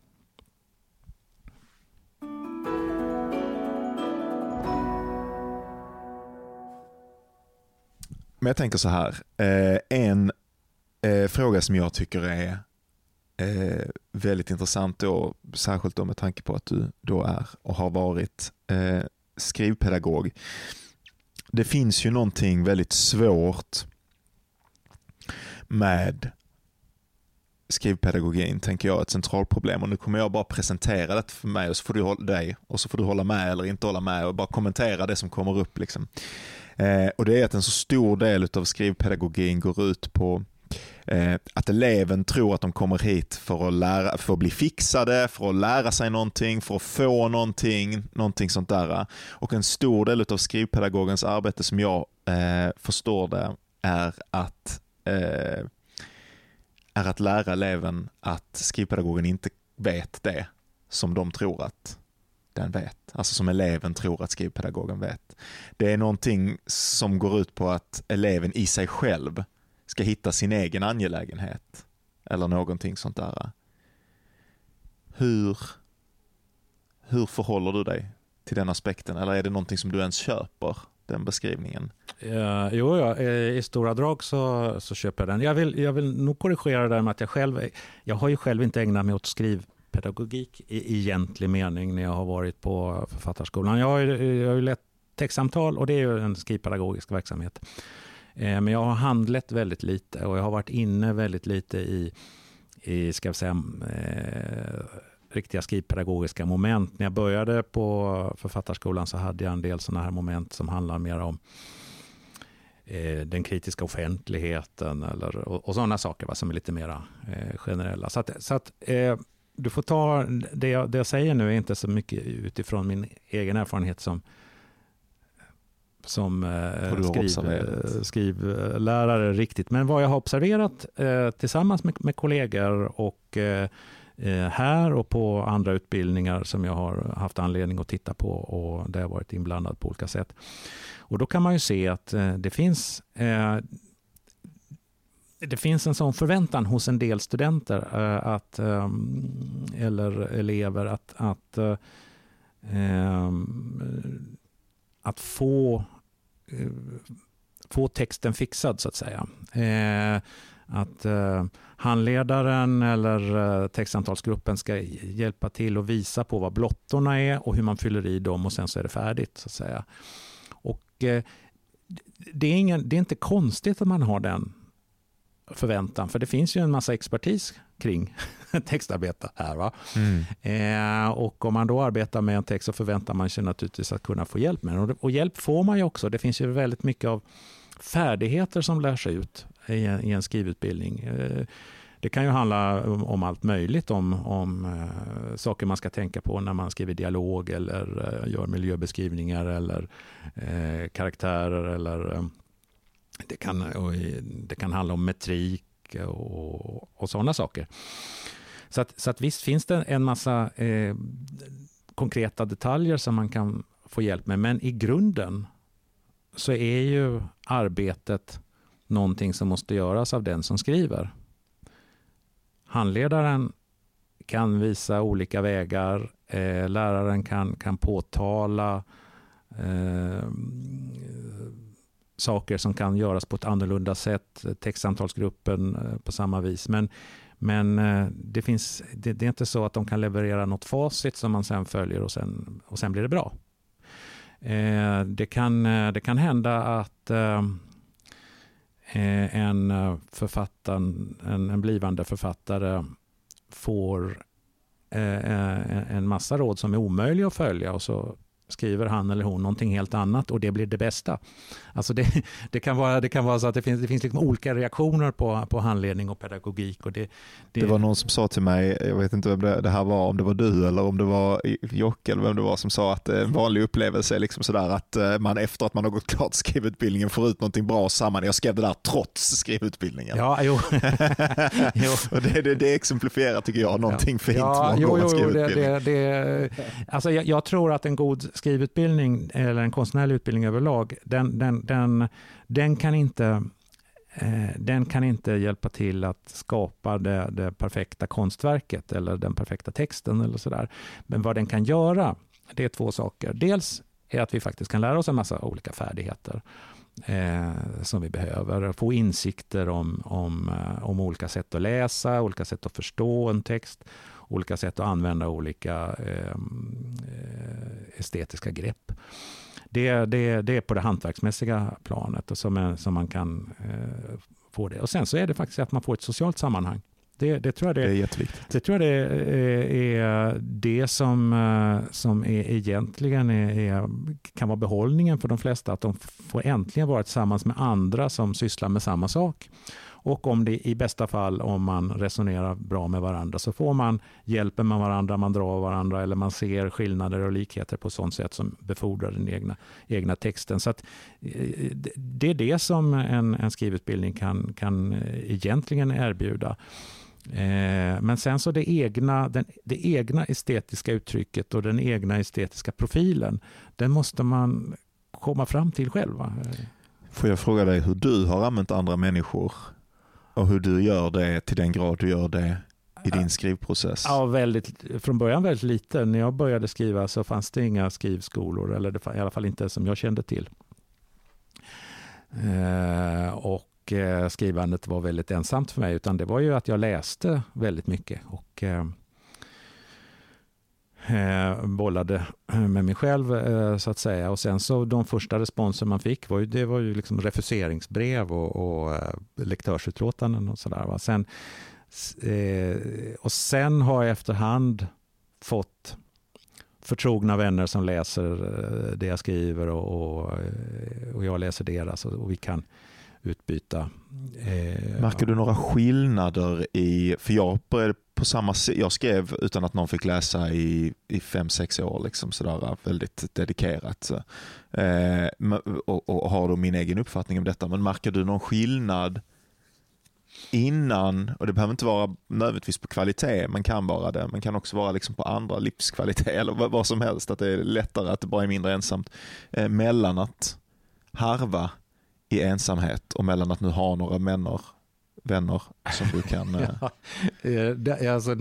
Men jag tänker så här, en fråga som jag tycker är väldigt intressant då, särskilt då med tanke på att du då är och har varit skrivpedagog. Det finns ju någonting väldigt svårt med skrivpedagogin, tänker jag, ett centralproblem. Och nu kommer jag bara presentera det för mig och så får du hålla med eller inte hålla med och bara kommentera det som kommer upp liksom. Och det är att en så stor del av skrivpedagogin går ut på att eleven tror att de kommer hit för att bli fixade, för att lära sig någonting, för att få någonting sånt där. Och en stor del av skrivpedagogens arbete, som jag förstår det, är att lära eleven att skrivpedagogen inte vet det som de tror att den vet. Alltså som eleven tror att skrivpedagogen vet. Det är någonting som går ut på att eleven i sig själv ska hitta sin egen angelägenhet. Eller någonting sånt där. Hur förhåller du dig till den aspekten? Eller är det någonting som du ens köper, den beskrivningen? I stora drag så köper jag den. Jag vill nog korrigera det där med att jag har ju själv inte ägnat mig åt skrivpedagogik i egentlig mening när jag har varit på författarskolan. Jag har ju lett textsamtal och det är ju en skrivpedagogisk verksamhet. Men jag har handlat väldigt lite och jag har varit inne väldigt lite i ska vi säga, riktiga skrivpedagogiska moment. När jag började på författarskolan så hade jag en del sådana här moment som handlar mer om den kritiska offentligheten och sådana saker, va, som är lite mer generella. Så att du får ta det jag säger nu är inte så mycket utifrån min egen erfarenhet som skrivlärare riktigt. Men vad jag har observerat tillsammans med kollegor och här och på andra utbildningar som jag har haft anledning att titta på och där jag varit inblandad på olika sätt. Och då kan man ju se att det finns en sån förväntan hos en del studenter eller elever att få texten fixad, så att säga. Att handledaren eller textsamtalsgruppen ska hjälpa till och visa på vad blottorna är och hur man fyller i dem, och sen så är det färdigt, så att säga. Och det är inte konstigt att man har den förväntan, för det finns ju en massa expertis kring textarbete här, va? Och om man då arbetar med en text så förväntar man sig naturligtvis att kunna få hjälp med den. Och hjälp får man ju också. Det finns ju väldigt mycket av färdigheter som lärs ut i en skrivutbildning. Det kan ju handla om allt möjligt, om saker man ska tänka på när man skriver dialog eller gör miljöbeskrivningar eller karaktärer, eller det kan handla om metrik och sådana saker. Så att visst finns det en massa konkreta detaljer som man kan få hjälp med, men i grunden så är ju arbetet någonting som måste göras av den som skriver. Handledaren kan visa olika vägar, läraren kan påtala saker som kan göras på ett annorlunda sätt, textsamtalsgruppen på samma vis. Men det är inte så att de kan leverera något facit som man sen följer och sen blir det bra. Det kan hända att en blivande författare får en massa råd som är omöjliga att följa, och så skriver han eller hon någonting helt annat och det blir det bästa. Alltså det kan vara så att det finns liksom olika reaktioner på handledning och pedagogik. Och det var någon som sa till mig, jag vet inte vem det här var, om det var du eller om det var Jocke eller vem det var, som sa att en vanlig upplevelse är liksom sådär att man efter att man har gått klart skrivutbildningen får ut någonting bra samman. Jag skrev det där trots skrivutbildningen. Ja, jo. Och det exemplifierar, tycker jag, någonting fint med en god skrivutbildning. Alltså jag tror att en god skrivutbildning eller en konstnärlig utbildning överlag, den kan inte hjälpa till att skapa det perfekta konstverket eller den perfekta texten eller sådär. Men vad den kan göra, det är två saker. Dels är att vi faktiskt kan lära oss en massa olika färdigheter som vi behöver. Få insikter om olika sätt att läsa, olika sätt att förstå en text, olika sätt att använda olika estetiska grepp. Det är på det hantverksmässiga planet och som man kan få det. Och sen så är det faktiskt att man får ett socialt sammanhang. Det tror jag det är jätteviktigt. Det tror jag är det som är egentligen kan vara behållningen för de flesta, att de får äntligen vara tillsammans med andra som sysslar med samma sak. Och om det i bästa fall, om man resonerar bra med varandra, så får man hjälpen med varandra, man drar varandra eller man ser skillnader och likheter på sånt sätt som befordrar den egna texten. Så att det är det som en skrivutbildning kan egentligen erbjuda. Men sen så det egna estetiska uttrycket och den egna estetiska profilen, den måste man komma fram till själva. Får jag fråga dig hur du har använt andra människor och hur du gör det till den grad du gör det i din skrivprocess? Ja, från början väldigt lite. När jag började skriva så fanns det inga skrivskolor, eller det i alla fall inte som jag kände till. Och skrivandet var väldigt ensamt för mig, utan det var ju att jag läste väldigt mycket och bollade med mig själv så att säga. Och sen så de första responser man fick var ju liksom refuseringsbrev och lektörsutlåtanden och sådär. Och sen har jag efterhand fått förtrogna vänner som läser det jag skriver och jag läser deras och vi kan utbyta. Märker du några skillnader för jag började på samma sätt, jag skrev utan att någon fick läsa i 5-6 år liksom sådär, väldigt dedikerat och har då min egen uppfattning om detta, men märker du någon skillnad innan, och det behöver inte vara nödvändigtvis på kvalitet, man kan vara det, man kan också vara liksom på andra livskvalitet eller vad som helst, att det är lättare, att det bara är mindre ensamt, mellan att harva i ensamhet och mellan att nu ha några vänner som du kan... Alltså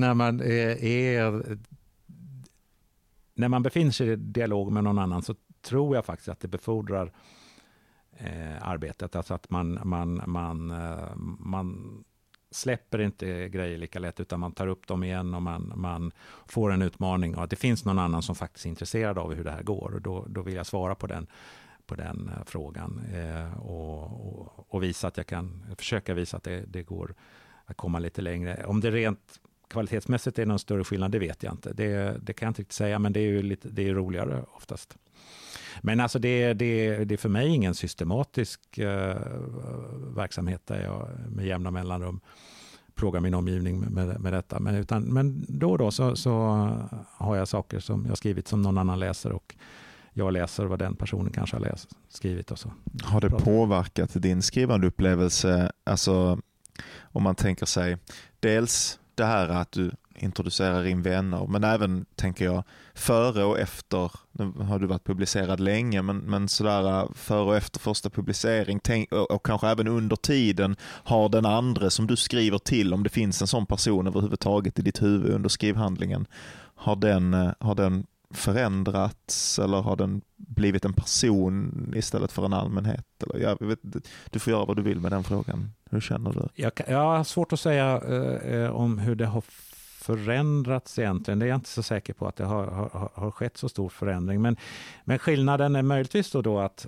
när man befinner sig i dialog med någon annan, så tror jag faktiskt att det befordrar arbetet. Alltså att man släpper inte grejer lika lätt, utan man tar upp dem igen och man får en utmaning och att det finns någon annan som faktiskt är intresserad av hur det här går, och då vill jag svara på den frågan och visa att jag kan försöka visa att det går att komma lite längre. Om det rent kvalitetsmässigt är någon större skillnad, det vet jag inte. Det kan jag inte riktigt säga, men det är roligare oftast. Men alltså det är för mig ingen systematisk verksamhet där jag med jämna mellanrum plågar min omgivning med detta. Men då och då så har jag saker som jag skrivit som någon annan läser, och jag läser vad den personen kanske har skrivit. Och så. Har det påverkat din skrivande upplevelse? Alltså om man tänker sig dels det här att du introducerar in vänner, men även, tänker jag, före och efter. Nu har du varit publicerad länge, men sådär före och efter första publicering, och kanske även under tiden, har den andra som du skriver till, om det finns en sån person överhuvudtaget i ditt huvud under skrivhandlingen, har den förändrats, eller har den blivit en person istället för en allmänhet? Eller, jag vet, du får göra vad du vill med den frågan. Hur känner du? Jag har svårt att säga om hur det har förändrats egentligen. Det är jag inte så säker på att det har skett så stor förändring. Men skillnaden är möjligtvis då att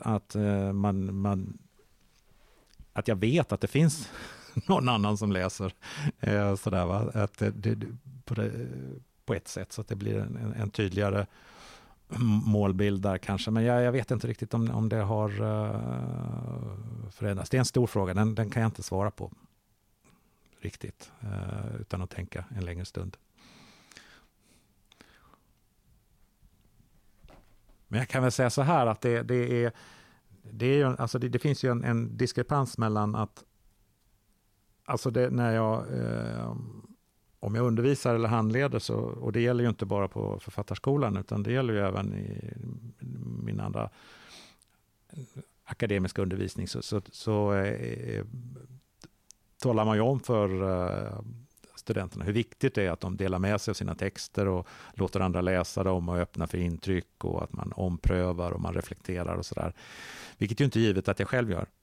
jag vet att det finns någon annan som läser sådär, va? Att på ett sätt, så att det blir en tydligare målbild där kanske. Men jag vet inte riktigt om det har förändrats. Det är en stor fråga. Den kan jag inte svara på riktigt utan att tänka en längre stund. Men jag kan väl säga så här att det finns ju en diskrepans mellan att när jag om jag undervisar eller handleder, så, och det gäller ju inte bara på författarskolan, utan det gäller ju även i min andra akademiska undervisning, så talar man ju om för studenterna hur viktigt det är att de delar med sig av sina texter och låter andra läsa dem och öppna för intryck, och att man omprövar och man reflekterar och sådär. Vilket ju inte är givet att jag själv gör.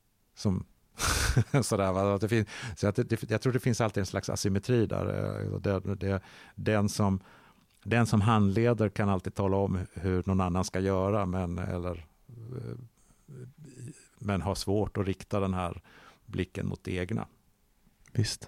Sådär, jag tror det finns alltid en slags asymmetri där. Den som handleder kan alltid tala om hur någon annan ska göra, men har svårt att rikta den här blicken mot det egna. Visst.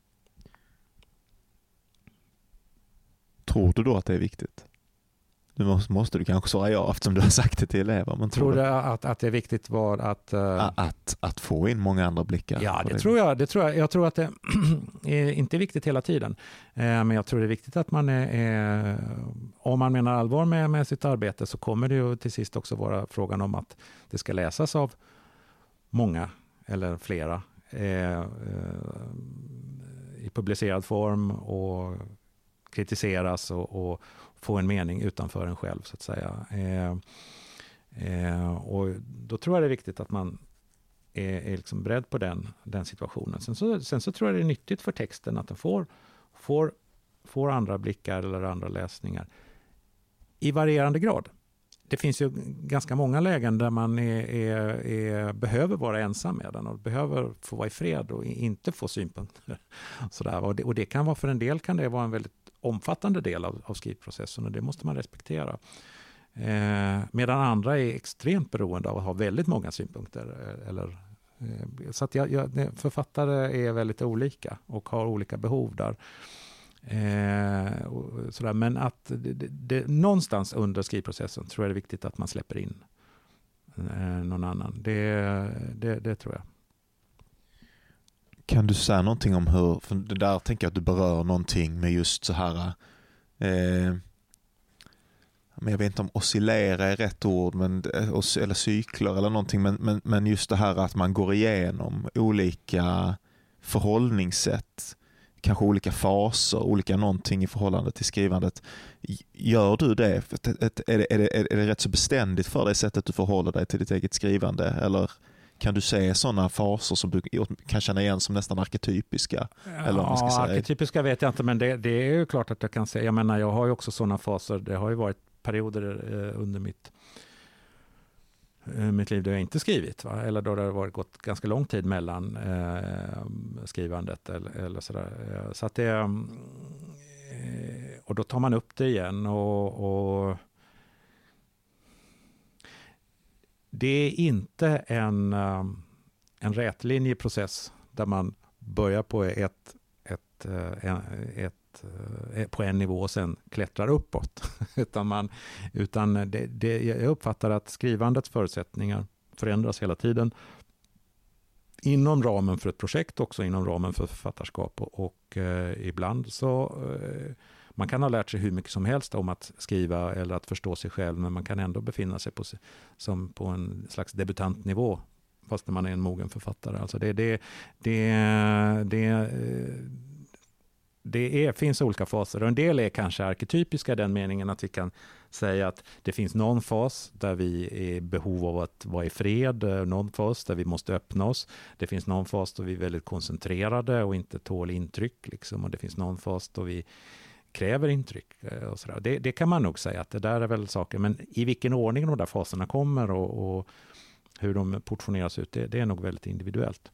Tror du då att det är viktigt? Nu måste du kanske svara ja, eftersom du har sagt det till elever. Men tror du att det är viktigt att få in många andra blickar? Ja, det tror jag. Jag tror att det är inte viktigt hela tiden. Men jag tror det är viktigt att man om man menar allvar med sitt arbete, så kommer det ju till sist också vara frågan om att det ska läsas av många eller flera i publicerad form och kritiseras och få en mening utanför en själv, så att säga. Och då tror jag det är viktigt att man är liksom beredd på den situationen. Sen så tror jag det är nyttigt för texten att den får andra blickar eller andra läsningar i varierande grad. Det finns ju ganska många lägen där man behöver vara ensam med den och behöver få vara i fred och inte få synpunkter. Sådär. Och det kan vara, för en del kan det vara en väldigt omfattande del av skrivprocessen, och det måste man respektera. Medan andra är extremt beroende av att ha väldigt många synpunkter. Så att författare är väldigt olika och har olika behov där. Sådär. Men att det någonstans under skrivprocessen tror jag det är viktigt att man släpper in någon annan. Det tror jag. Kan du säga någonting om hur, för det där tänker jag att du berör någonting med just så här men jag vet inte om oscillera är rätt ord, eller cykler eller någonting, men just det här att man går igenom olika förhållningssätt, kanske olika faser, olika någonting i förhållande till skrivandet. Gör du det? Är det rätt så beständigt för dig sättet du förhåller dig till ditt eget skrivande, eller kan du se sådana faser som du kan känna igen som nästan arketypiska? Eller man ska säga. Arketypiska vet jag inte, men det är ju klart att jag kan se. Jag menar, jag har ju också sådana faser. Det har ju varit perioder under mitt mitt liv då jag inte skrivit. Va? Eller då det har gått ganska lång tid mellan skrivandet. Eller sådär. Så att det, och då tar man upp det igen. Och det är inte en rätlinjig process där man börjar på på en nivå och sen klättrar uppåt. Jag uppfattar att skrivandets förutsättningar förändras hela tiden inom ramen för ett projekt, också inom ramen för författarskap och ibland så man kan ha lärt sig hur mycket som helst om att skriva eller att förstå sig själv, men man kan ändå befinna sig på en slags debutantnivå fast när man är en mogen författare. Alltså det finns olika faser och en del är kanske arketypiska i den meningen att vi kan säga att det finns någon fas där vi är i behov av att vara i fred, någon fas där vi måste öppna oss. Det finns någon fas då vi är väldigt koncentrerade och inte tål intryck liksom, och det finns någon fas då vi kräver intryck och sådär. Det kan man nog säga att det där är väl saker, men i vilken ordning de där faserna kommer och hur de portioneras ut, det är nog väldigt individuellt.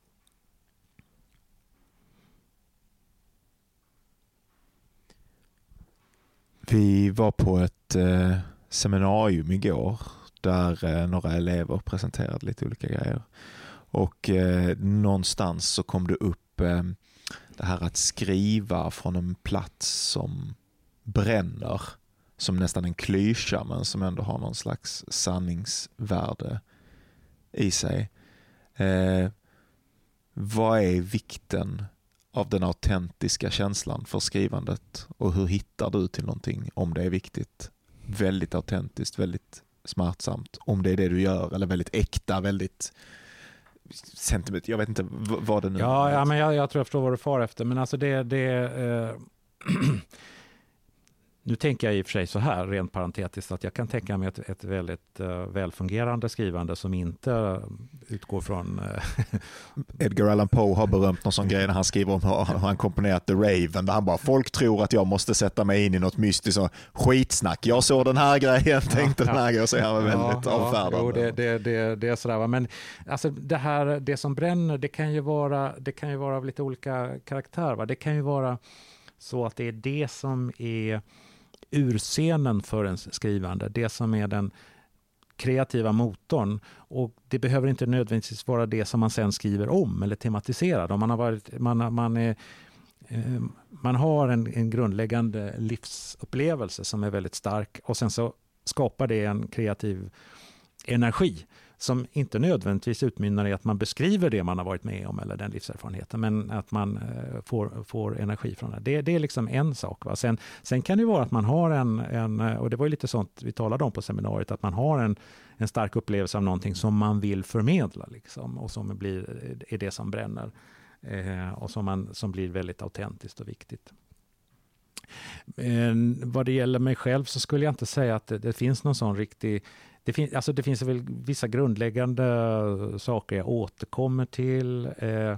Vi var på ett seminarium igår där några elever presenterade lite olika grejer. Och någonstans så kom det upp det här att skriva från en plats som bränner, som nästan en klyscha men som ändå har någon slags sanningsvärde i sig. Vad är vikten av den autentiska känslan för skrivandet och hur hittar du till någonting om det är viktigt? Väldigt autentiskt, väldigt smärtsamt, om det är det du gör, eller väldigt äkta, väldigt sentiment. Jag vet inte vad det nu är. Ja, men jag tror jag förstår vad du far efter, men alltså nu tänker jag i och för sig så här, rent parentetiskt, att jag kan tänka mig ett väldigt välfungerande skrivande som inte utgår från... Edgar Allan Poe har berömt någon sån grej när han skriver om hur han komponerat The Raven, där han bara, folk tror att jag måste sätta mig in i något mystiskt och skitsnack. Jag såg den här grejen, tänkte den här grejen, och så är han väldigt avfärdande. Det är sådär, va? Men alltså det som bränner, det kan ju vara av lite olika karaktär. Va? Det kan ju vara så att det är det som är urscenen för ens skrivande, det som är den kreativa motorn, och det behöver inte nödvändigtvis vara det som man sen skriver om eller tematiserar. Om man har en grundläggande livsupplevelse som är väldigt stark, och sen så skapar det en kreativ energi som inte nödvändigtvis utmynnar i att man beskriver det man har varit med om eller den livserfarenheten, men att man får energi från det. Det är liksom en sak. Va? Sen kan det vara att man har och det var ju lite sånt vi talade om på seminariet, att man har en stark upplevelse av någonting som man vill förmedla liksom, och som är det som bränner och som blir väldigt autentiskt och viktigt. Vad det gäller mig själv så skulle jag inte säga att det finns någon sån riktig... Det finns väl vissa grundläggande saker jag återkommer till.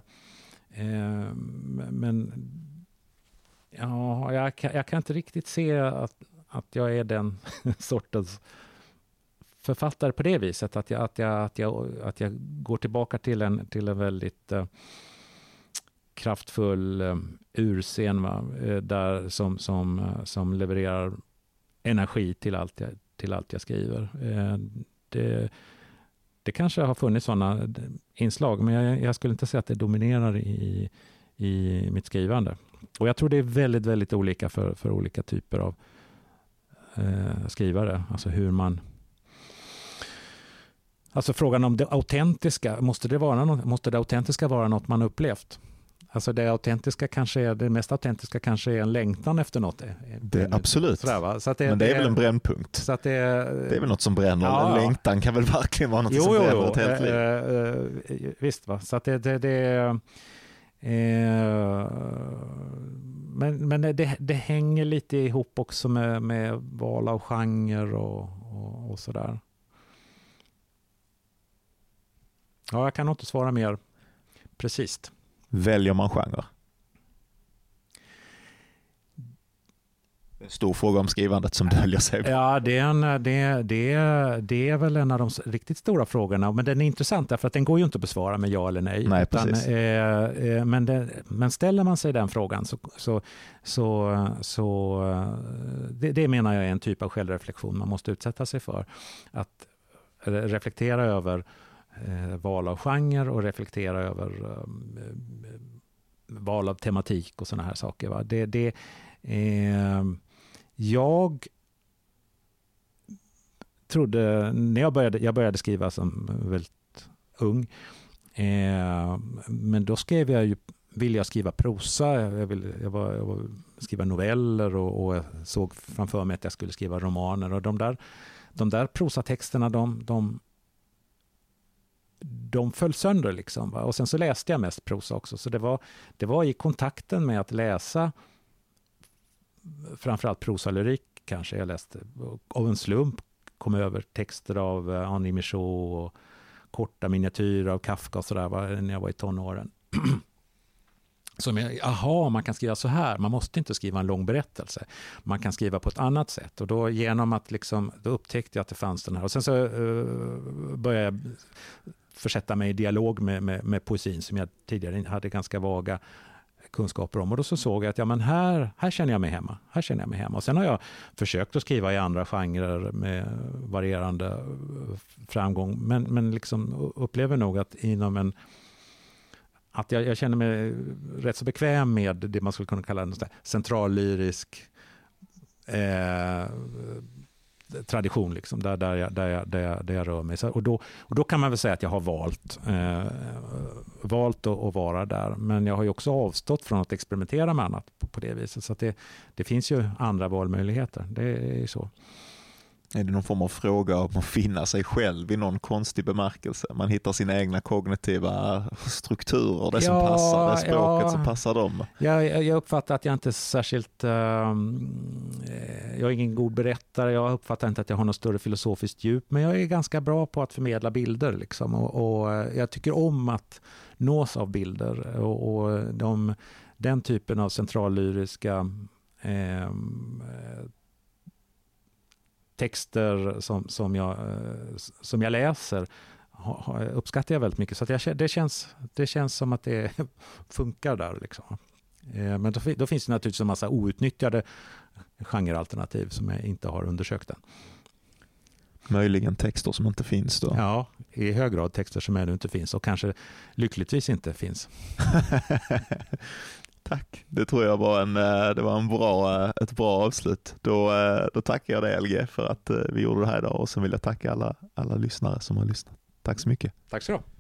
Men ja, jag kan inte riktigt se att jag är den sortens författare på det viset. Att jag går tillbaka till en väldigt kraftfull urscen, va? Där som levererar energi till allt jag skriver. Det kanske har funnits sådana inslag, men jag skulle inte säga att det dominerar i mitt skrivande. Och jag tror det är väldigt, väldigt olika för olika typer av skrivare. Alltså hur man... Alltså frågan om det autentiska, måste det autentiska vara något man upplevt? Alltså det mest autentiska kanske är en längtan efter något. Absolut. Sådär, så men det är väl en brännpunkt. Så att det är väl något som bränner. Ja. En längtan kan väl verkligen vara något som bränner ett helt liv. Visst, va? Så att men det hänger lite ihop också med val av genre och sådär. Ja, jag kan nog inte svara mer precis. Väljer man genre? Stor fråga om skrivandet som döljer sig. Ja, det är väl en av de riktigt stora frågorna, men den är intressant därför att den går ju inte att besvara med ja eller nej. Nej, precis. Men ställer man sig den frågan det menar jag är en typ av självreflektion man måste utsätta sig för. Att reflektera över val av genre och reflektera över val av tematik och såna här saker. Va? Jag trodde, när jag började skriva som väldigt ung, men då skrev jag ju, ville jag skriva prosa, jag ville skriva noveller och jag såg framför mig att jag skulle skriva romaner, och de där prosatexterna de föll sönder liksom, va? Och sen så läste jag mest prosa också, så det var i kontakten med att läsa framförallt prosalyrik kanske jag läste. Av en slump kom jag över texter av Henri Michaud och korta miniatyrer av Kafka och sådär när jag var i tonåren. Man kan skriva så här. Man måste inte skriva en lång berättelse. Man kan skriva på ett annat sätt. Och då genom att då upptäckte jag att det fanns den här. Och sen så började jag försätta mig i dialog med poesin som jag tidigare hade ganska vaga kunskaper om. Och då så såg jag att här känner jag mig hemma. Här känner jag mig hemma. Och sen har jag försökt att skriva i andra genrer med varierande framgång. Men liksom upplever nog att att jag känner mig rätt så bekväm med det man skulle kunna kalla en centrallyrisk tradition liksom, där jag rör mig. Och då kan man väl säga att jag har valt att vara där. Men jag har ju också avstått från att experimentera med annat på det viset. Så att det finns ju andra valmöjligheter. Det är ju så. Är det någon form av fråga om att finna sig själv i någon konstig bemärkelse? Man hittar sina egna kognitiva strukturer, det som passar, det språket som passar dem. Jag uppfattar att jag inte är särskilt... jag är ingen god berättare, jag uppfattar inte att jag har något större filosofiskt djup, men jag är ganska bra på att förmedla bilder. Liksom, och jag tycker om att nås av bilder. Och den typen av centrallyriska... texter som jag läser uppskattar jag väldigt mycket. Så att det känns som att det funkar där. Liksom. Men då finns det naturligtvis en massa outnyttjade genrealternativ som jag inte har undersökt än. Möjligen texter som inte finns då? Ja, i hög grad texter som ännu inte finns och kanske lyckligtvis inte finns. Tack, det tror jag var ett bra avslut. Då tackar jag dig LG för att vi gjorde det här idag, och så vill jag tacka alla lyssnare som har lyssnat. Tack så mycket. Tack så du ha.